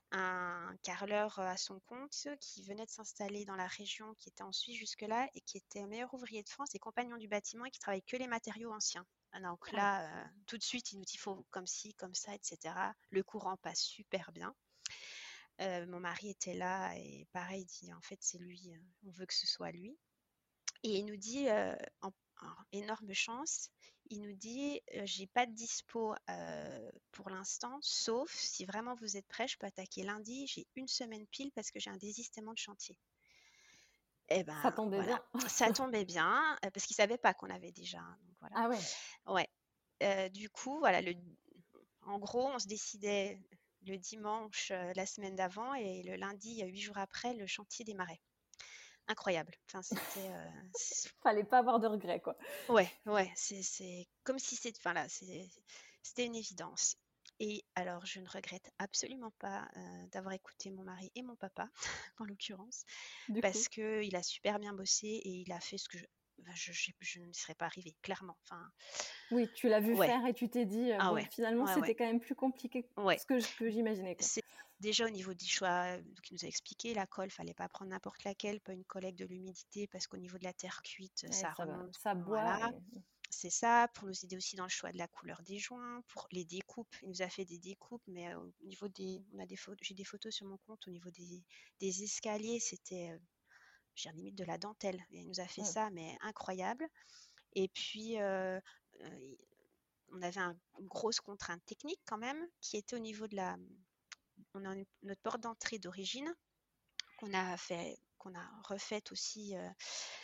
un carreleur, heu, à son compte qui venait de s'installer dans la région, qui était en Suisse jusque-là et qui était meilleur ouvrier de France et compagnon du bâtiment et qui travaille que les matériaux anciens. Ah donc Ah, là, heu, tout de suite, il nous dit: «Faut comme ci, comme ça» et cetera. Le courant passe super bien. Euh, mon mari était là et pareil, il dit en fait c'est lui, euh, on veut que ce soit lui. Et il nous dit, euh, en, en énorme chance, il nous dit, euh, j'ai pas de dispo euh, pour l'instant, sauf si vraiment vous êtes prêts, je peux attaquer lundi, j'ai une semaine pile parce que j'ai un désistement de chantier. Eh Ça ben tombait voilà, bien. ça tombait bien euh, parce qu'il savait pas qu'on avait déjà, hein, donc voilà. Ah ouais. Ouais. Euh, du coup, voilà, le, en gros, on se décidait le dimanche, euh, la semaine d'avant, et le lundi, euh, huit jours après, le chantier démarrait. Incroyable. Enfin, c'était, euh, c'est- Fallait pas avoir de regrets, quoi. ouais, ouais, c'est, c'est comme si c'était, enfin là, c'est- c'était une évidence. Et alors, je ne regrette absolument pas euh, d'avoir écouté mon mari et mon papa, en l'occurrence, Du coup. parce que il a super bien bossé et il a fait ce que je, enfin, je, je- je ne serais pas arrivée, clairement. Enfin, Oui, tu l'as vu ouais, faire et tu t'es dit, euh, ah bon, ouais, finalement, ouais, ouais, c'était quand même plus compliqué que ouais. ce que, je- que j'imaginais, quoi. C'est déjà au niveau du choix, euh, donc il nous a expliqué, la colle, fallait pas prendre n'importe laquelle, pas une collecte de l'humidité, parce qu'au niveau de la terre cuite, Ouais, ça ça va, remonte. ça boit Voilà, et... c'est ça, pour nous aider aussi dans le choix de la couleur des joints, pour les découpes. Il nous a fait des découpes, mais euh, au niveau des, on a des photos, j'ai des photos sur mon compte au niveau des, des escaliers, c'était, euh, j'ai limite de la dentelle. Et il nous a fait Mm. ça, mais incroyable. Et puis, euh, euh, on avait un- une grosse contrainte technique quand même, qui était au niveau de la, on a une- notre porte d'entrée d'origine qu'on a fait, qu'on a refaite aussi, euh,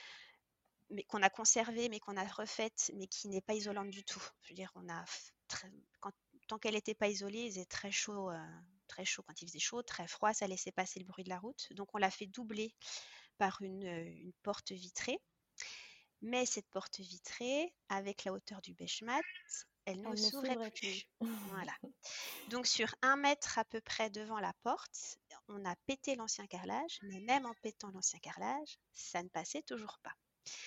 mais qu'on a conservée, mais qu'on a refaite, mais qui n'est pas isolante du tout. Je veux dire, on a très, quand, tant qu'elle n'était pas isolée, il faisait très chaud, euh, très chaud quand il faisait chaud, très froid, ça laissait passer le bruit de la route. Donc on l'a fait doubler par une, une porte vitrée. Mais cette porte vitrée, avec la hauteur du bêche-mat, elle ne Elle ne s'ouvrait s'ouvrait plus. plus. Voilà. Donc sur un mètre à peu près devant la porte, on a pété l'ancien carrelage, mais même en pétant l'ancien carrelage, ça ne passait toujours pas.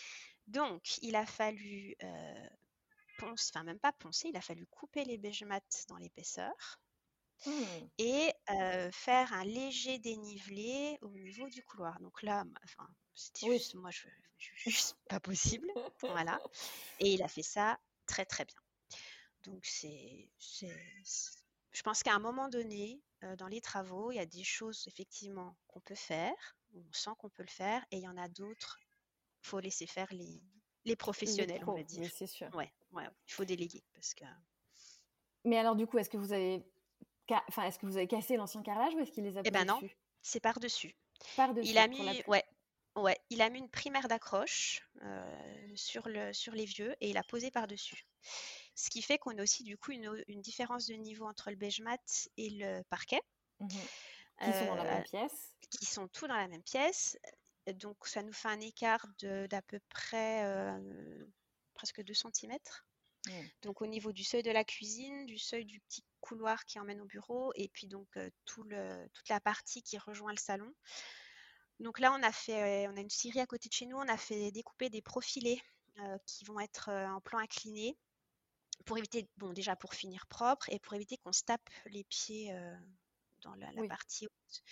Donc il a fallu euh, poncer, enfin même pas poncer, il a fallu couper les bêche-mats dans l'épaisseur Hmm. et euh, faire un léger dénivelé au niveau du couloir. Donc là, enfin, c'était Oui. juste moi, je, je, je- pas possible, voilà. Et il a fait ça très très bien. Donc c'est, c'est, c'est- je pense qu'à un moment donné, euh, dans les travaux, il y a des choses effectivement qu'on peut faire, où on sent qu'on peut le faire, et il y en a d'autres, il faut laisser faire les, les Les professionnels, on va pros, dire. oui, c'est sûr. Ouais, ouais, ouais, il faut déléguer parce que. Mais alors, du coup, est-ce que vous avez, ca- enfin, est-ce que vous avez cassé l'ancien carrelage ou est-ce qu'il les a Eh posés ben non, dessus? c'est par-dessus. Il Par-dessus, a pour la mis, plus. ouais, ouais, il a mis une primaire d'accroche euh, sur le, sur les vieux et il a posé par-dessus. Ce qui fait qu'on a aussi du coup une, une différence de niveau entre le beige mat et le parquet. Mhm. Qui sont dans la Euh, même pièce. qui sont tous dans la même pièce. Donc, ça nous fait un écart de, d'à peu près euh, presque deux centimètres. Hmm. Donc, au niveau du seuil de la cuisine, du seuil du petit couloir qui emmène au bureau, et puis donc euh, tout le, toute la partie qui rejoint le salon. Donc là, on a fait, on a une scierie à côté de chez nous, on a fait découper des profilés euh, qui vont être euh, en plan incliné pour éviter, bon, déjà pour finir propre et pour éviter qu'on se tape les pieds euh, dans la, la Oui. partie haute.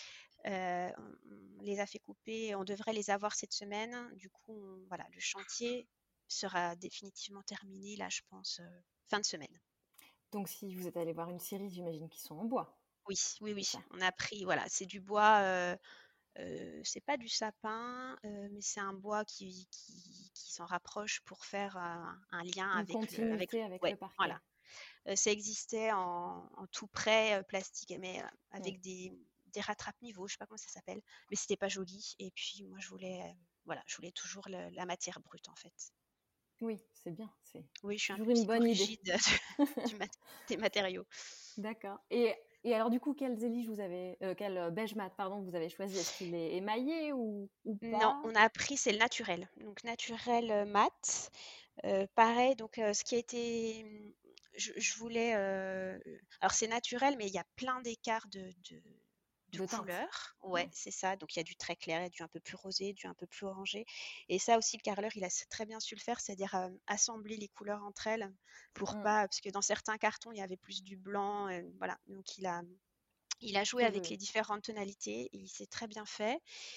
Euh, on les a fait couper, on devrait les avoir cette semaine. Du coup, on- voilà, le chantier sera définitivement terminé, là, je pense, euh, fin de semaine. Donc, si vous êtes allé voir une série, j'imagine qu'ils sont en bois. Oui, oui, C'est oui. ça. On a pris, voilà, c'est du bois, euh, euh, c'est pas du sapin, euh, mais c'est un bois qui, qui, qui s'en rapproche pour faire un, un lien Une avec le, avec, continuité avec ouais, le parquet. voilà. Euh, ça existait en, en tout prêt euh, plastique, mais euh, Hmm. avec des, des rattrape-niveaux, je sais pas comment ça s'appelle, mais c'était pas joli. Et puis moi, je voulais, euh, voilà, je voulais toujours le- la matière brute en fait. Oui, c'est bien. C'est Oui, je suis un toujours peu une bonne idée. psychorigide du mat- des matériaux. D'accord. Et, et alors, du coup, quel zélige vous avez, euh, quel euh, beige mat, pardon, vous avez choisi? Est-ce qu'il est émaillé ou, ou Non, pas? on a appris, c'est le naturel. Donc naturel euh, mat. Euh, pareil, donc euh, ce qui a été, je, je voulais, euh, alors c'est naturel, mais il y a plein d'écarts de, de, de De teinte. couleurs. Ouais, Hmm. c'est ça. Donc il y a du très clair, il y a du un peu plus rosé, du un peu plus orangé. Et ça aussi, le carreleur, il a très bien su le faire, c'est-à-dire euh, assembler les couleurs entre elles pour Hmm. pas, parce que dans certains cartons, il y avait plus du blanc. euh, voilà, donc il a, il a joué Que avec le... les différentes tonalités et il s'est très bien fait.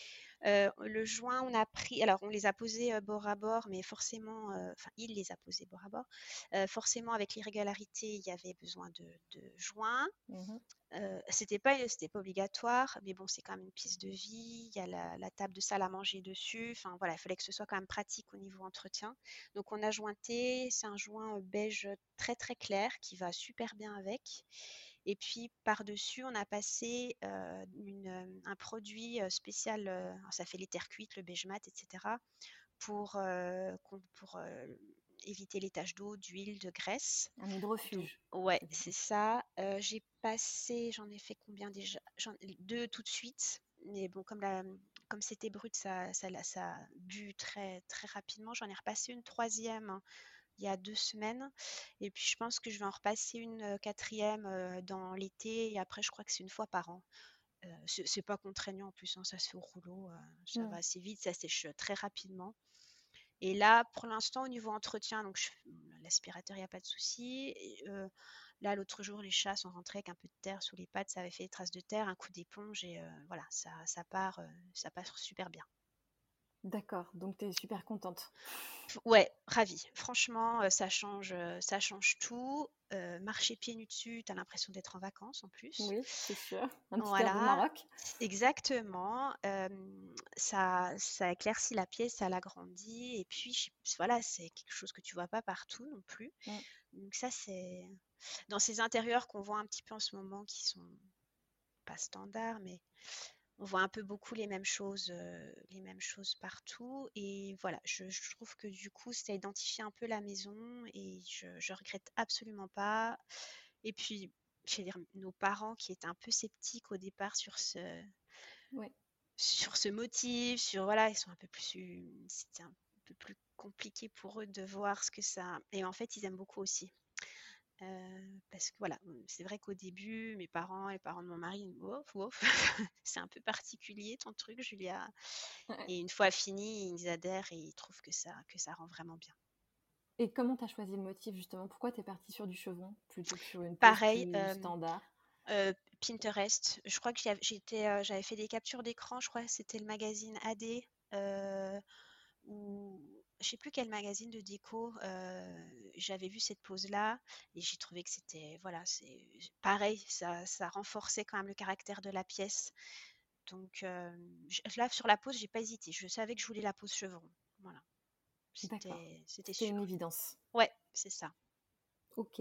Heu, le joint, on a pris alors on les a posés, heu, bord à bord, mais forcément, heu, enfin il les a posés bord à bord. Heu, forcément avec l'irrégularité, il y avait besoin de de joints. Mhm. Heu, c'était pas c'était pas obligatoire, mais bon, c'est quand même une pièce de vie. Il y a la la table de salle à manger dessus. Enfin voilà, il fallait que ce soit quand même pratique au niveau entretien. Donc on a jointé, c'est un joint, heu, beige, très, très clair qui va super bien avec. Et puis par-dessus, on a passé, heu, une, heu, un produit, heu, spécial, heu, ça fait les terres cuites, le beige mat et cetera, pour, heu, con pour, heu, éviter les taches d'eau, d'huile, de graisse. Un Donc hydrofuge. ouais, C'est c'est ça. ça. Heu, j'ai passé j'en ai fait combien déjà? J'en deux tout de suite, mais bon comme la comme c'était brut, ça ça l'a ça a bu très, très rapidement. J'en ai repassé une troisième il y a deux semaines et puis je pense que je vais en repasser une, heu, quatrième, heu, dans l'été et après je crois que c'est une fois par an. Heu, c'est c'est pas contraignant en plus, hein, ça se fait au rouleau, heu, ça Mm. va assez vite, ça sèche, très rapidement. Et là, pour l'instant, au niveau entretien, donc je l'aspirateur, il y a pas de souci. Et heu, là, l'autre jour, les chats sont rentrés avec un peu de terre sous les pattes, ça avait fait des traces de terre, un coup d'éponge et heu, voilà, ça ça part, heu, ça passe super bien. D'accord, donc tu es super contente. F Ouais, ravie. Franchement, heu, ça change, heu, ça change tout. Heu, marcher pieds nus dessus, tu as l'impression d'être en vacances en plus. Oui, c'est sûr. Un petit air de Voilà, Maroc. exactement. Hem, ça ça éclaircit la pièce, ça l'agrandit et puis je voilà, c'est quelque chose que tu vois pas partout non plus. Mm. Donc ça, c'est dans ces intérieurs qu'on voit un petit peu en ce moment qui sont pas standards, mais on voit un peu beaucoup les mêmes choses, heu, les mêmes choses partout et voilà, je je trouve que du coup, ça identifie un peu la maison et je je regrette absolument pas et puis, je veux dire, nos parents qui étaient un peu sceptiques au départ sur ce Oui. sur ce motif, sur voilà, ils sont un peu plus c'était un peu plus compliqué pour eux de voir ce que ça et en fait, ils aiment beaucoup aussi. Heu, parce que voilà, mmh, c'est vrai qu'au début, mes parents, les parents de mon mari, «Wof, wof, c'est un peu particulier ton truc Julia» Ouais. et une fois fini, ils adhèrent et ils trouvent que ça que ça rend vraiment bien. Et comment tu as choisi le motif justement? Pourquoi tu es partie sur du chevron plutôt que sur une pose Pareil, plus hem, standard? heu, Pinterest, je crois que j'y av j'étais, heu, j'avais fait des captures d'écran, je crois que c'était le magazine A D, heu, ou je sais plus quel magazine de déco, heu, j'avais vu cette pose-là et j'ai trouvé que c'était voilà, c'est pareil, ça ça renforçait quand même le caractère de la pièce. Donc, hem, j là, sur la pose, j'ai pas hésité. Je savais que je voulais la pose chevron. Voilà, D'accord. c'était c'était C'était une sûr. évidence. Ouais, c'est ça. Ok.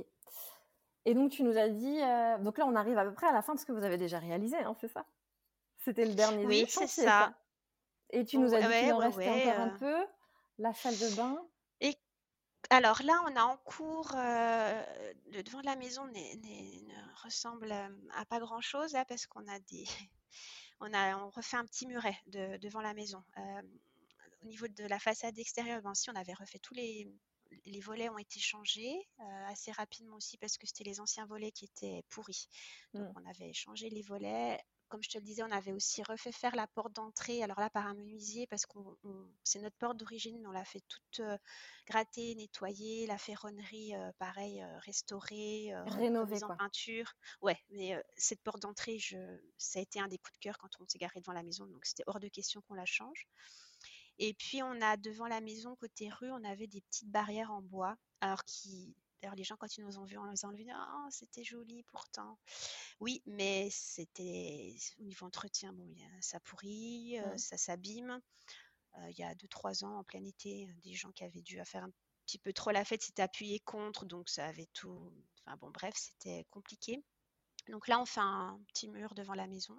Et donc tu nous as dit, euh, donc là on arrive à peu près à la fin de ce que vous avez déjà réalisé, hein, c'est ça? C'était le Oui, dernier c'est chantier, ça. ça. Et tu nous O as dit qu'il Ouais, en ouais, restait ouais, encore un heu peu. La salle de bain. et alors là, on a en cours, heu, le devant de la maison n'est n'est ne ressemble, hem, à pas grand-chose là parce qu'on a des on a on refait un petit muret de devant la maison. Hem, au niveau de la façade extérieure, ben si on avait refait tous les les volets ont été changés, heu, assez rapidement aussi parce que c'était les anciens volets qui étaient pourris. Donc Hmm. on avait changé les volets. Comme je te le disais, on avait aussi refait faire la porte d'entrée, alors là par un menuisier parce qu'on on c'est notre porte d'origine, mais on l'a fait toute, heu, grattée, nettoyée, la ferronnerie, heu, pareil, heu, restaurée, heu, re Rénové, remise en quoi. peinture. Ouais, mais, heu, cette porte d'entrée, je ça a été un des coups de cœur quand on s'est garé devant la maison, donc c'était hors de question qu'on la change. Et puis on a devant la maison, côté rue, on avait des petites barrières en bois, alors qui d'ailleurs les gens quand ils nous ont vus, on les a enlevées, «Oh c'était joli pourtant». Oui, mais c'était au niveau entretien, bon, il y a ça pourrit, heu, Hmm. ça s'abîme. Heu, il y a deux trois ans, en plein été, des gens qui avaient dû faire un petit peu trop la fête s'étaient appuyés contre, donc ça avait tout enfin bon bref, c'était compliqué. Donc là, on fait un petit mur devant la maison.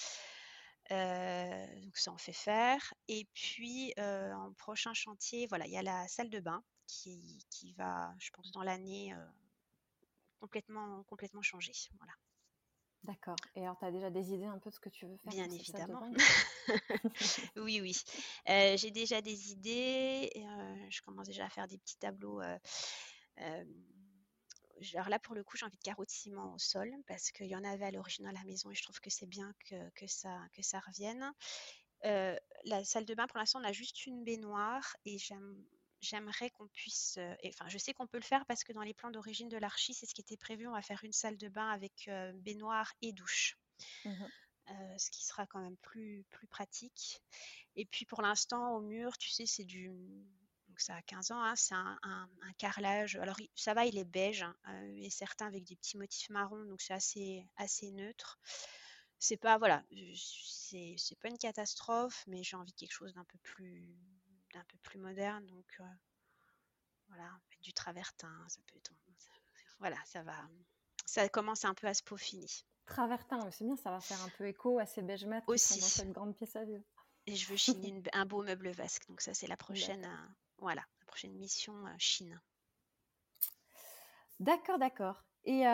Heu, donc ça, on fait faire et puis, heu, en prochain chantier, voilà, il y a la salle de bain qui qui va, je pense, dans l'année, heu, complètement complètement changer. Voilà, D'accord. Et alors tu as déjà des idées un peu de ce que tu veux faire bien pour cette salle de évidemment. bain du coup? Oui, oui. Heu, j'ai déjà des idées et heu, je commence déjà à faire des petits tableaux, heu, hem, j alors là, pour le coup, j'ai envie de carreaux de ciment au sol parce qu'il y en avait à l'origine dans la maison et je trouve que c'est bien que que ça que ça revienne. Heu, la salle de bain, pour l'instant, on a juste une baignoire et j'aime j'aimerais qu'on puisse, heu et enfin, je sais qu'on peut le faire parce que dans les plans d'origine de l'archi, c'est ce qui était prévu. On va faire une salle de bain avec, heu, baignoire et douche. Mhm. euh, ce qui sera quand même plus, plus pratique. Et puis pour l'instant, au mur, tu sais, c'est du. Donc ça a quinze ans, hein, c'est un, un- un carrelage. Alors il- ça va, il est beige, hein, euh, et certains avec des petits motifs marrons, donc c'est assez, assez neutre. C'est pas, voilà, c'est, c'est pas une catastrophe, mais j'ai envie de quelque chose d'un peu plus, d'un peu plus moderne. Donc euh, voilà, mettre du travertin, ça peut être. Voilà, ça va. Ça commence un peu à se peaufiner. Travertin, c'est bien, ça va faire un peu écho à ces beiges mat qui sont dans Aussi. cette grande pièce à vivre. Et je veux chiner une- un beau meuble vasque. Donc ça, c'est la prochaine, D'accord. euh, voilà, la prochaine mission euh, Chine. D'accord, d'accord. Et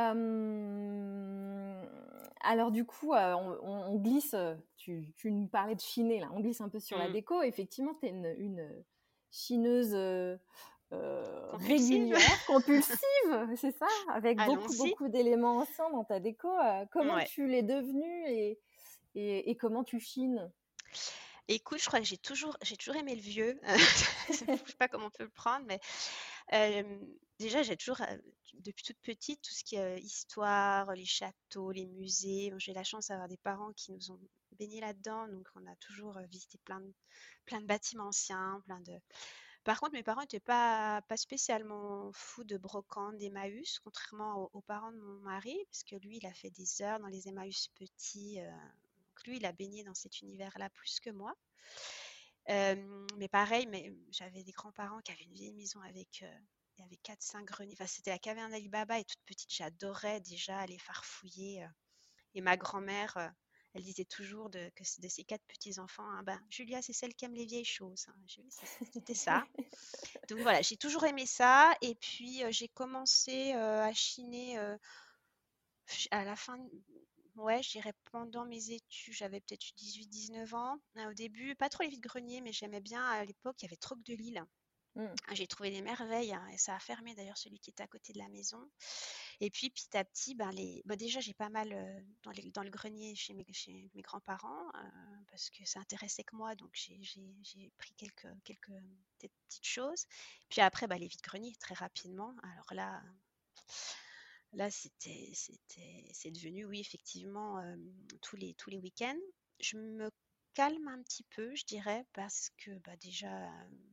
euh, alors du coup, euh, on, on- on glisse, euh, tu, tu nous parlais de chiner, là, on glisse un peu sur la Mm. déco. Effectivement, tu es une, une chineuse euh, euh, Compulsive. régulière, compulsive, c'est ça, avec beaucoup, Allons-y. beaucoup d'éléments anciens dans ta déco. Euh, comment Ouais. tu l'es devenue et, et, et comment tu chines? Écoute, je crois que j'ai toujours, j'ai toujours aimé le vieux. Je sais pas comment on peut le prendre, mais euh, déjà, j'ai toujours, euh, depuis toute petite, tout ce qui est euh, histoire, les châteaux, les musées. Bon, j'ai la chance d'avoir des parents qui nous ont baignés là-dedans, donc on a toujours euh, visité plein de, plein de bâtiments anciens, plein de. Par contre, mes parents n'étaient pas, pas spécialement fous de brocante, d'Emmaüs, contrairement aux, aux parents de mon mari, parce que lui, il a fait des heures dans les Emmaüs petits. euh, donc lui, il a baigné dans cet univers-là plus que moi. Euh, mais pareil, mais j'avais des grands-parents qui avaient une vieille maison avec, euh, il y avait quatre cinq greniers. Enfin, c'était la caverne d'Ali Baba et toute petite, j'adorais déjà aller farfouiller. euh. Et ma grand-mère, euh, elle disait toujours de, que de ses quatre petits-enfants, hein, ben, Julia, c'est celle qui aime les vieilles choses, hein. Je- c'est- C'était ça. Donc voilà, j'ai toujours aimé ça. Et puis euh, j'ai commencé euh, à chiner euh, à la fin, ouais, je dirais pendant mes études, j'avais peut-être eu dix-huit dix-neuf ans. Euh, Au début, pas trop les vides-greniers, mais j'aimais bien à l'époque, il y avait Troc de Lille. Hmm. Ah, j'ai trouvé des merveilles, hein, et ça a fermé d'ailleurs celui qui était à côté de la maison. Et puis petit à petit, ben les... bon, déjà j'ai pas mal euh, dans, les- dans le grenier chez mes, chez mes grands-parents euh, parce que ça intéressait que moi, donc j'ai j'ai- j'ai pris quelques, quelques des petites choses. Puis après, bah, les vides-greniers très rapidement. Alors là, là c'était, c'était, c'est devenu, oui, effectivement, euh, tous les, tous les week-ends. Je me calme un petit peu, je dirais, parce que bah, déjà,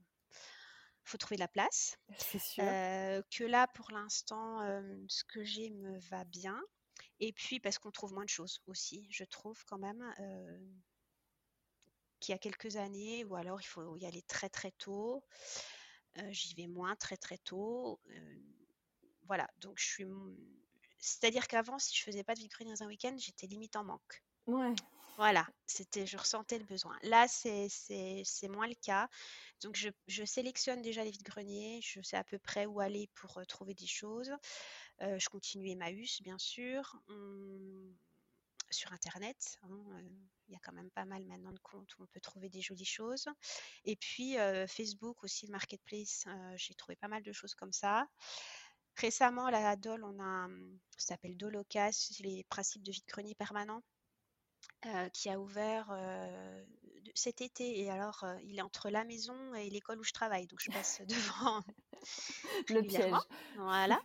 il faut trouver de la place. C'est sûr. Euh, que là, pour l'instant, euh, ce que j'ai me va bien. Et puis, parce qu'on trouve moins de choses aussi, je trouve quand même, euh, qu'il y a quelques années, ou alors il faut y aller très très tôt. Euh, j'y vais moins très très tôt. Euh, voilà, donc je suis. C'est-à-dire qu'avant, si je faisais pas de vitrine dans un week-end, j'étais limite en manque. Ouais. Voilà, c'était, je ressentais le besoin. Là, c'est, c'est, c'est moins le cas. Donc, je, je sélectionne déjà les vides-greniers. Je sais à peu près où aller pour euh, trouver des choses. Euh, je continue Emmaüs, bien sûr. Hum, sur Internet, hein, euh, il y a quand même pas mal maintenant de comptes où on peut trouver des jolies choses. Et puis, euh, Facebook aussi, le marketplace, euh, j'ai trouvé pas mal de choses comme ça. Récemment, là, à Dole, on a, un- ça s'appelle Dolocas, c'est les principes de vide-grenier permanent, euh, qui a ouvert euh, de- cet été. Et alors, euh, il est entre la maison et l'école où je travaille. Donc, je passe devant Le régulièrement. piège. Voilà.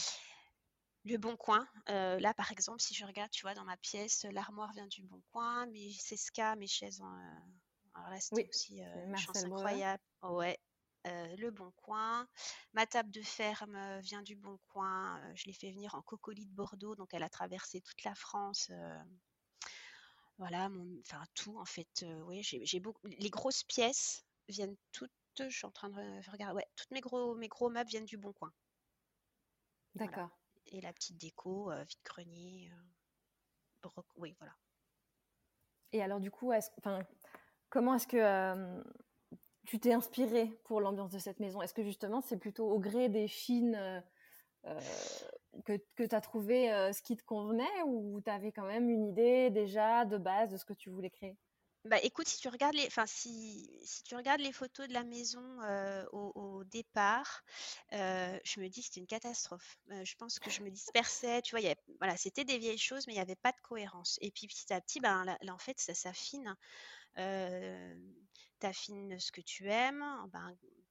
Le Bon Coin. Euh, là, par exemple, si je regarde, tu vois, dans ma pièce, l'armoire vient du Bon Coin, mes Cesca, mes chaises en. euh, alors là, c'était Oui, aussi euh, c'est une chance Marcel Breuer. incroyable. Ouais. Euh, le Bon Coin. Ma table de ferme euh, vient du Bon Coin. Euh, je l'ai fait venir en cocolie de Bordeaux, donc elle a traversé toute la France. euh, Voilà, mon enfin tout en fait, heu, oui, j'ai j'ai beaucoup les grosses pièces viennent toutes je suis en train de regarder, ouais, toutes mes gros mes gros meubles viennent du Bon Coin. Voilà, D'accord. et la petite déco, heu, vide-grenier, heu, broc oui, voilà. Et alors du coup, est-ce, enfin, comment est-ce que euh, tu t'es inspirée pour l'ambiance de cette maison? Est-ce que justement c'est plutôt au gré des chines euh, euh, que, que tu as trouvé euh, ce qui te convenait ou tu avais quand même une idée déjà de base de ce que tu voulais créer? Bah, écoute, si tu regardes les enfin si si tu regardes les photos de la maison, heu, au au départ, heu, je me dis: que «C'était une catastrophe». Heu, je pense que je me dispersais, tu vois? Il y avait voilà, c'était des vieilles choses, mais il y avait pas de cohérence, et puis petit à petit, ben, là là, en fait, ça s'affine. Euh, tu affines ce que tu aimes. Ben,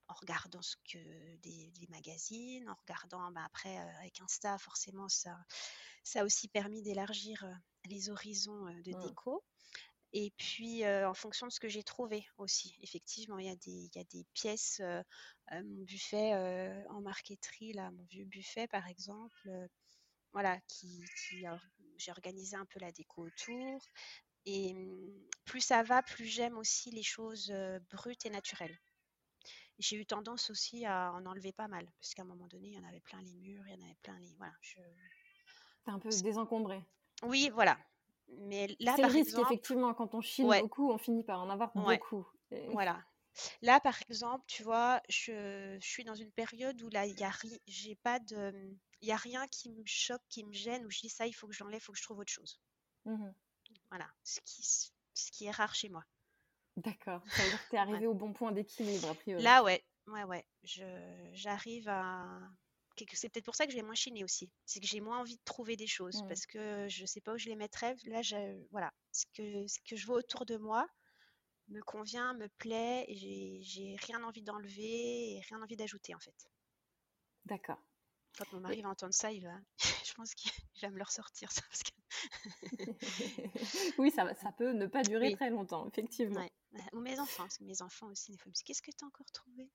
en regardant ce que des, des magazines, en regardant, bah, après euh, avec Insta, forcément, ça, ça a aussi permis d'élargir euh, les horizons euh, de Mm. déco. Et puis, euh, en fonction de ce que j'ai trouvé aussi. Effectivement, il y a des, il y a des pièces, euh, euh, mon buffet euh, en marqueterie, là, mon vieux buffet, par exemple, euh, voilà, qui, qui a- j'ai organisé un peu la déco autour. Et hum, plus ça va, plus j'aime aussi les choses euh, brutes et naturelles. J'ai eu tendance aussi à en enlever pas mal, parce qu'à un moment donné, il y en avait plein les murs, il y en avait plein les... Voilà, je... T'es un peu désencombré. Oui, voilà. Mais là, C'est le par risque, exemple, effectivement, quand on chine ouais, beaucoup, on finit par en avoir ouais, beaucoup. Et- voilà. Là, par exemple, tu vois, je, je suis dans une période où là, il y a ri- j'ai pas de, il y a rien qui me choque, qui me gêne, où je dis ça, il faut que je l'enlève, il faut que je trouve autre chose. Mhm. Voilà, ce qui, ce qui est rare chez moi. D'accord. Ça veut dire que tu es Ouais. arrivé au bon point d'équilibre, a priori. Là, ouais, ouais, ouais, je, j'arrive à. quelque- C'est peut-être pour ça que je vais moins chiner aussi. C'est que j'ai moins envie de trouver des choses Mm. parce que je sais pas où je les mettrais. Là, je, voilà, ce que, ce que je vois autour de moi me convient, me plaît et j'ai, j'ai rien envie d'enlever et rien envie d'ajouter en fait. D'accord. Quand mon Et- mari va entendre ça, il va, je pense qu'il va me le ressortir ça parce que oui, ça, va- ça peut ne pas durer oui, très longtemps, effectivement. ouais. Ou mes enfants, parce que mes enfants aussi, des fois, ils me disent, qu'est-ce que tu as encore trouvé?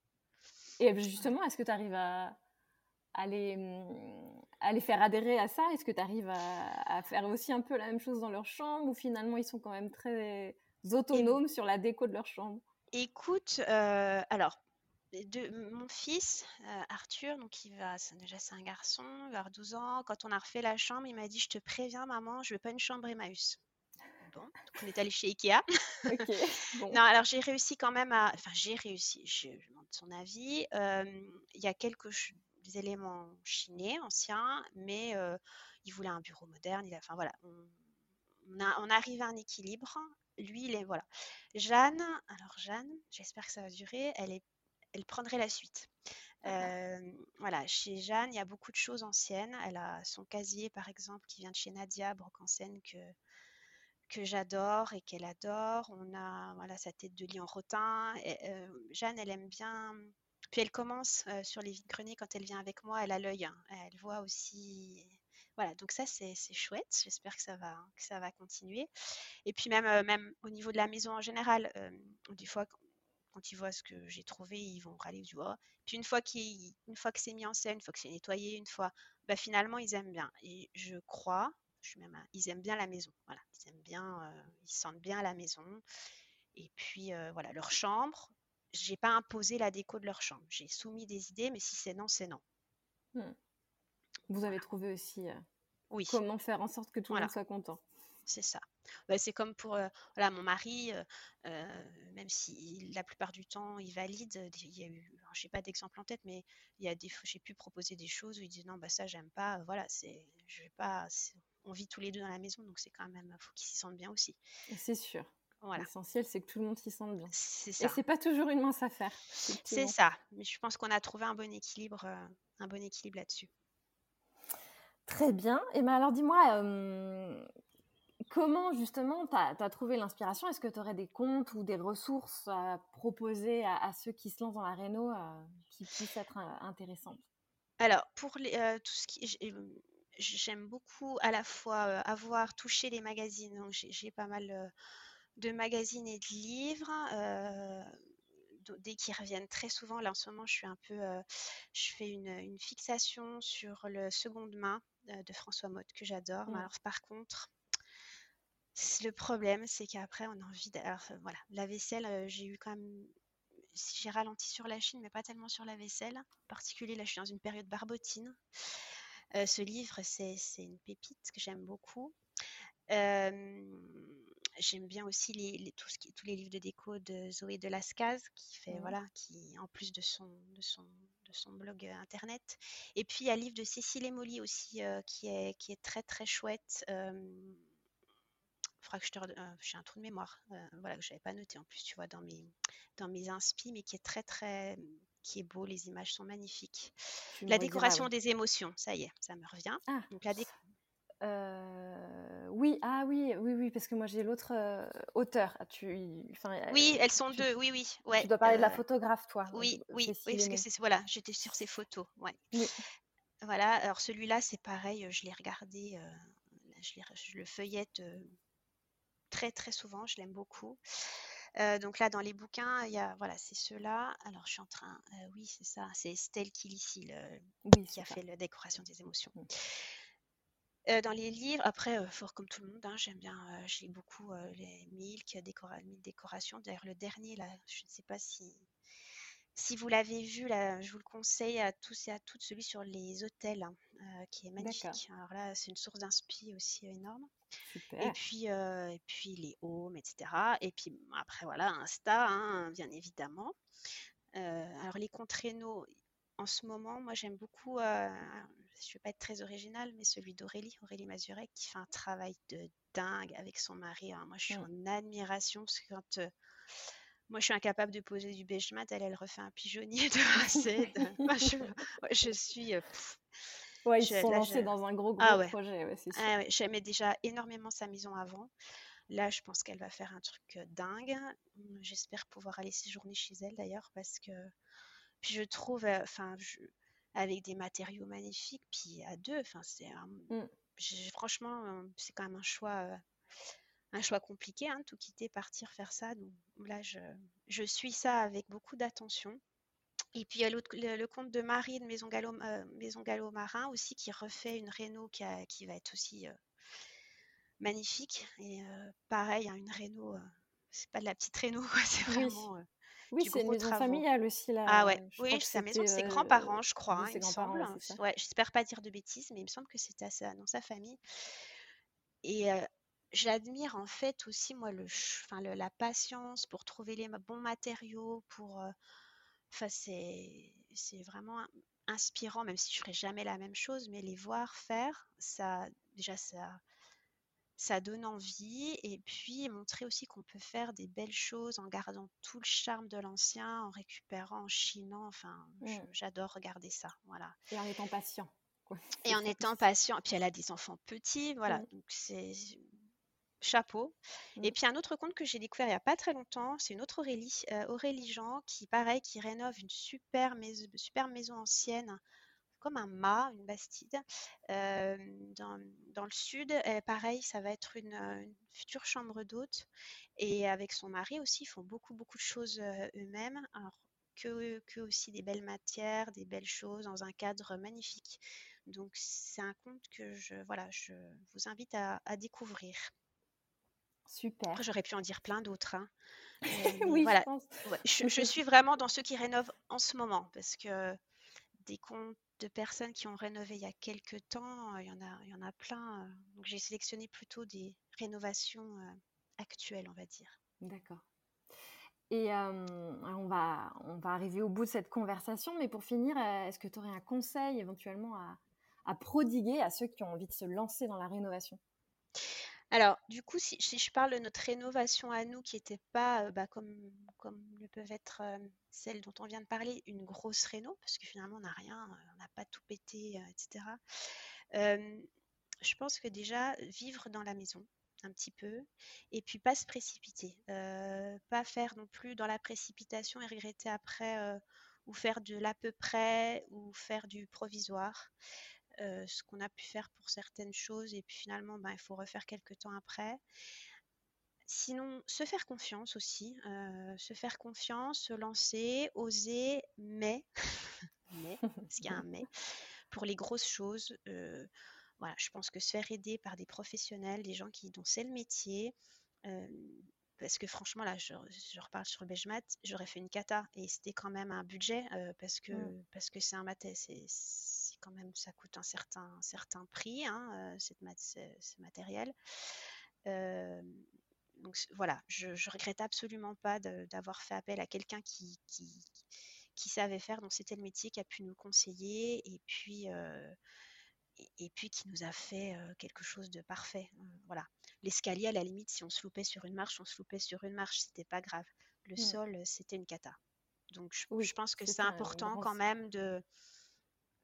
Et Voilà. justement, est-ce que tu arrives à, à, les, hum, à les faire adhérer à ça? Est-ce que tu arrives à, à faire aussi un peu la même chose dans leur chambre ou finalement ils sont quand même très Et autonomes sur la déco de leur chambre? écoute, euh, alors, de, mon fils, euh, Arthur, donc il va, c'est- déjà c'est un garçon, il va avoir douze ans. Quand on a refait la chambre, il m'a dit, je te préviens, maman, je veux pas une chambre Emmaüs. Bon, donc on est allé chez Ikea. Ok, bon. Non, alors j'ai réussi quand même à, enfin j'ai réussi, je, je demande son avis. Euh, Il y a quelques ch- des éléments chinés, anciens, mais euh, il voulait un bureau moderne. Il a, enfin voilà, on, on a, on arrive à un équilibre. Lui, il est, voilà. Jeanne, alors Jeanne, j'espère que ça va durer, elle est, elle prendrait la suite. Euh, voilà, chez Jeanne, il y a beaucoup de choses anciennes. Elle a son casier, par exemple, qui vient de chez Nadia Broc en Seine, que que j'adore et qu'elle adore. On a voilà sa tête de lit en rotin. Et, euh, Jeanne, elle aime bien. Puis elle commence euh, sur les vides-greniers quand elle vient avec moi. Elle a l'œil, hein. Elle voit aussi. Voilà, donc ça c'est c'est chouette. J'espère que ça va que ça va continuer. Et puis même euh, même au niveau de la maison en général, euh, des fois quand quand ils voient ce que j'ai trouvé, ils vont râler du vois. Puis une fois qu'il, une fois que c'est mis en scène, une fois que c'est nettoyé, une fois, bah finalement ils aiment bien. Et je crois, je suis même, à- ils aiment bien la maison. Voilà, ils aiment bien, euh, ils se sentent bien à la maison. Et puis euh, voilà, leur chambre. J'ai pas imposé la déco de leur chambre. J'ai soumis des idées, mais si c'est non, c'est non. Hmm. Vous avez Voilà. trouvé aussi euh, Oui, comment faire en sorte que tout le voilà. monde soit content. C'est ça. Bah, c'est comme pour euh, voilà, mon mari, euh, euh, même si la plupart du temps il valide, euh, il y a eu, alors, j'ai pas d'exemple en tête, mais il y a des fois j'ai pu proposer des choses où il dit non bah ça j'aime pas, euh, voilà c'est, je vais pas, c'est- on vit tous les deux dans la maison donc c'est quand même, faut qu'ils s'y sentent bien aussi. C'est sûr. Voilà, L'essentiel, c'est que tout le monde s'y sente bien. c'est Et ça, c'est pas toujours une mince affaire, c'est effectivement. ça. Mais je pense qu'on a trouvé un bon équilibre, euh, un bon équilibre là-dessus. Très bien. Et ben alors dis-moi, euh, comment justement tu as trouvé l'inspiration? Est-ce que tu aurais des comptes ou des ressources à proposer à, à ceux qui se lancent dans la réno euh, qui puissent être euh, intéressantes? Alors pour les, euh, tout ce qui, j'ai- j'aime beaucoup à la fois euh, avoir touché les magazines, donc j'ai j'ai pas mal euh, de magazines et de livres. euh, do- dès qu'ils reviennent très souvent, là en ce moment, je suis un peu, euh, je fais une, une fixation sur le Seconde main euh, de François Motte que j'adore. Mais Mm. alors par contre, c- le problème, c'est qu'après on a envie de, alors, euh, voilà, la vaisselle, euh, j'ai eu quand même, j'ai ralenti sur la Chine, mais pas tellement sur la vaisselle. En particulier, là, je suis dans une période barbotine. Euh, ce livre, c'est c'est une pépite que j'aime beaucoup. Euh, J'aime bien aussi les, les- tout ce qui, tous les livres de déco de Zoé de Lascaz, qui fait, Mm. voilà, qui, en plus de son, de son, de son blog euh, internet. Et puis, il y a le livre de Cécile et Molly aussi, euh, qui est, qui est très, très chouette. Euh, faudra que je te redonne, euh, j'ai un trou de mémoire, euh, voilà, que je n'avais pas noté en plus, tu vois, dans mes, dans mes inspi, mais qui est très, très, qui est beau, les images sont magnifiques. Tu me La rediras, oui. décoration des émotions, ça y est, ça me revient. Ah, Donc, la, dé- euh, Oui, ah oui, oui, oui, parce que moi j'ai l'autre euh, auteur. Ah, Tu, enfin, Oui, euh, elles sont tu, deux. Oui, oui, tu ouais. dois parler de la euh, photographe, toi, oui, oui, oui, Cécile parce que Aimé. c'est voilà, j'étais sur ces photos. Ouais. Oui, Voilà. Alors celui-là, c'est pareil. euh, Je l'ai regardé. euh, je, l'ai- je le feuillette euh, très très souvent. Je l'aime beaucoup. Euh, donc là, dans les bouquins, il y a voilà, c'est ceux-là. Alors je suis en train. euh, oui, c'est ça. C'est Estelle Kilici le- oui, qui c'est a ça. fait la décoration des émotions. Mm. Euh, dans les livres, après, euh, fort comme tout le monde, hein, j'aime bien, euh, je lis beaucoup euh, les Milk, décora Milk décoration. D'ailleurs, le dernier, là, je ne sais pas si, si vous l'avez vu, là, je vous le conseille à tous et à toutes, celui sur les hôtels, hein, euh, qui est D'accord, magnifique. Alors là, c'est une source d'inspi aussi énorme. Et super. puis, euh, et puis les homes, et cetera. Et puis bon, après, voilà, Insta, hein, bien évidemment. Euh, alors les contre-rénaux, en ce moment, moi j'aime beaucoup, euh, je ne vais pas être très originale, mais celui d'Aurélie, Aurélie Mazurek, qui fait un travail de dingue avec son mari. Alors, moi je suis Mm. en admiration parce que quand euh, moi je suis incapable de poser du beige mat, elle, elle refait un pigeonnier de A à Z. Moi, je, ouais, je suis, euh, pff, Ouais, ils se je- sont là je, lancés dans un gros, gros ah ouais, projet, ouais, c'est sûr. ah ouais, j'aimais déjà énormément sa maison avant. Là, je pense qu'elle va faire un truc euh, dingue. Hum, J'espère pouvoir aller séjourner chez elle d'ailleurs parce que puis je trouve, euh, enfin, je- avec des matériaux magnifiques, puis à deux, enfin, c'est un- Mm. j'ai- franchement, euh, c'est quand même un choix, euh, un choix compliqué, hein, de tout quitter, partir, faire ça. Donc là, je, je suis ça avec beaucoup d'attention. Et puis il y a l'autre, le, le conte de Marie de Maison Gallo, euh, Maison Gallo Marin aussi qui refait une réno qui, a- qui va être aussi euh, magnifique. Et euh, pareil, hein, une réno, euh, c'est pas de la petite réno, quoi, c'est Oui, vraiment euh, oui, du c'est une gros maison travaux. familiale aussi, Ah là. ouais, euh, Je crois oui, que c'est la maison c'était de ses euh, grands-parents, je crois, de hein, il ses me semble. grands-parents, ouais, c'est ça. Ouais, j'espère pas dire de bêtises, mais il me semble que c'était à sa- dans sa famille. Et euh, j'admire en fait aussi, moi, le, ch- enfin, le- la patience pour trouver les ma- bons matériaux, pour... euh, Enfin, c'est, c'est vraiment in- inspirant, même si je ferai jamais la même chose, mais les voir faire, ça, déjà, ça, ça donne envie. Et puis, montrer aussi qu'on peut faire des belles choses en gardant tout le charme de l'ancien, en récupérant, en chinant. Enfin, je- Mm. j'adore regarder ça. Voilà. Et en étant patient, quoi. Et C'est en ça étant aussi. patient. Et puis, elle a des enfants petits. Voilà. Mm. Donc, c'est chapeau. Et Mm. puis, un autre conte que j'ai découvert il n'y a pas très longtemps, c'est une autre Aurélie, euh, Aurélie Jean, qui, pareil, qui rénove une super maison, super maison ancienne comme un mât, une bastide, euh, dans, dans le sud. Et pareil, ça va être une, euh, une future chambre d'hôte. Et avec son mari aussi, ils font beaucoup, beaucoup de choses euh, eux-mêmes. Alors, que, que aussi des belles matières, des belles choses dans un cadre magnifique. Donc, c'est un conte que je, voilà, je vous invite à, à découvrir. Super. Après, j'aurais pu en dire plein d'autres, hein. Euh, mais Oui, je voilà, pense. ouais, je, je suis vraiment dans ceux qui rénovent en ce moment parce que des comptes de personnes qui ont rénové il y a quelques temps, euh, il y en a, il y en a plein. euh. Donc j'ai sélectionné plutôt des rénovations euh, actuelles, on va dire. D'accord. Et euh, on va, on va arriver au bout de cette conversation, mais pour finir, euh, est-ce que tu aurais un conseil éventuellement à, à prodiguer à ceux qui ont envie de se lancer dans la rénovation? Alors, du coup, si, si je parle de notre rénovation à nous, qui n'était pas euh, bah, comme, comme le peuvent être euh, celles dont on vient de parler, une grosse réno, parce que finalement, on n'a rien, euh, on n'a pas tout pété, euh, et cetera. Euh, je pense que déjà, vivre dans la maison un petit peu, et puis pas se précipiter. Euh, pas faire non plus dans la précipitation et regretter après, euh, ou faire de l'à peu près, ou faire du provisoire. Euh, ce qu'on a pu faire pour certaines choses, et puis finalement, ben, il faut refaire quelques temps après. Sinon, se faire confiance aussi, euh, se faire confiance, se lancer, oser, mais, mais, parce qu'il y a un mais, pour les grosses choses, euh, voilà, je pense que se faire aider par des professionnels, des gens qui dont c'est le métier, euh, parce que franchement, là, je, je reparle sur le beige mat, j'aurais fait une cata et c'était quand même un budget euh, parce que Mm. parce que c'est un mat, c'est c'est quand même ça coûte un certain un certain prix, hein, euh, cette mat, ce, ce matériel. Euh, donc voilà, je, je regrette absolument pas de- d'avoir fait appel à quelqu'un qui, qui qui savait faire, donc c'était le métier qui a pu nous conseiller et puis euh, et, et puis qui nous a fait euh, quelque chose de parfait. Euh, Voilà. L'escalier, à la limite, si on se loupait sur une marche, on se loupait sur une marche, c'était pas grave. Le Mm. sol, euh, c'était une cata. Donc je, Oui, je pense que c'est c'était une important quand grosse. même de,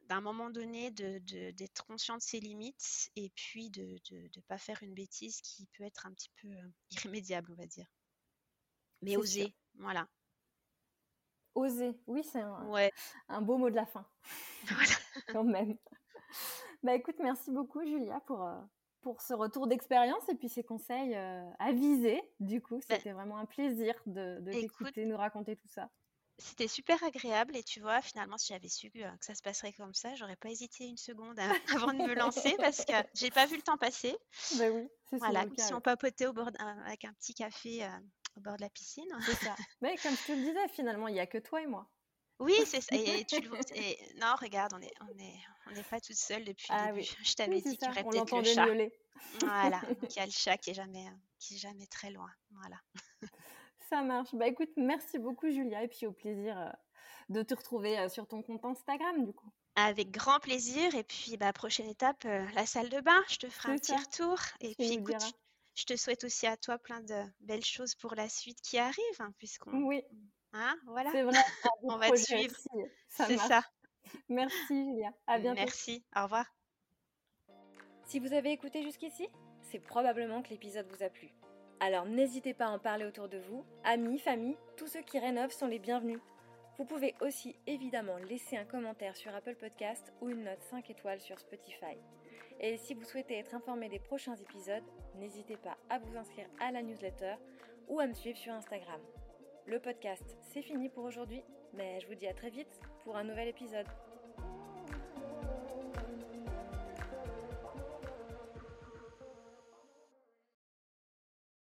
d'un moment donné, de, de- d'être conscient de ses limites et puis de ne pas faire une bêtise qui peut être un petit peu euh, irrémédiable, on va dire. Mais C'est sûr. oser, voilà. Oser, oui, c'est un, Ouais, un beau mot de la fin, voilà. quand même. Bah écoute, merci beaucoup Julia pour, euh, pour ce retour d'expérience et puis ces conseils euh, avisés. Du coup, Ben, c'était vraiment un plaisir de, de écoute, t'écouter, nous raconter tout ça. c'était super agréable et tu vois, finalement, si j'avais su euh, que ça se passerait comme ça, j'aurais pas hésité une seconde à- avant de me lancer parce que j'ai pas vu le temps passer. Bah oui, c'est souvent Voilà, le comme cas, si oui. on papotait au bord d'un- avec un petit café euh, au bord de la piscine. C'est ça. Mais comme je te le disais, finalement, il n'y a que toi et moi. Oui, c'est ça. Et tu le vois. et- Non, regarde, on est, on est, on n'est pas toute seule depuis le Ah début. oui, Je oui, t'avais c'est dit qu'il y ça. aurait On peut-être le l'entendait chat. miauler. Voilà. Donc il y a le chat qui est jamais, euh, qui est jamais très loin. Voilà. Ça marche. Bah écoute, merci beaucoup Julia et puis au plaisir euh, de te retrouver euh, sur ton compte Instagram du coup. Avec grand plaisir. Et puis, bah, prochaine étape, euh, la salle de bain. Je te ferai un C'est petit ça, retour. Et tu puis, nous écoute, diras. je je te souhaite aussi à toi plein de belles choses pour la suite qui arrive, hein, puisqu'on, Oui, hein, voilà, c'est vrai, on a des on va te projets suivre. aussi. Ça C'est marche. ça. Merci Julia. À bientôt. Merci. Au revoir. Si vous avez écouté jusqu'ici, c'est probablement que l'épisode vous a plu. Alors n'hésitez pas à en parler autour de vous, amis, famille, tous ceux qui rénovent sont les bienvenus. Vous pouvez aussi évidemment laisser un commentaire sur Apple Podcast ou une note cinq étoiles sur Spotify. Et si vous souhaitez être informé des prochains épisodes, n'hésitez pas à vous inscrire à la newsletter ou à me suivre sur Instagram. Le podcast, c'est fini pour aujourd'hui, mais je vous dis à très vite pour un nouvel épisode.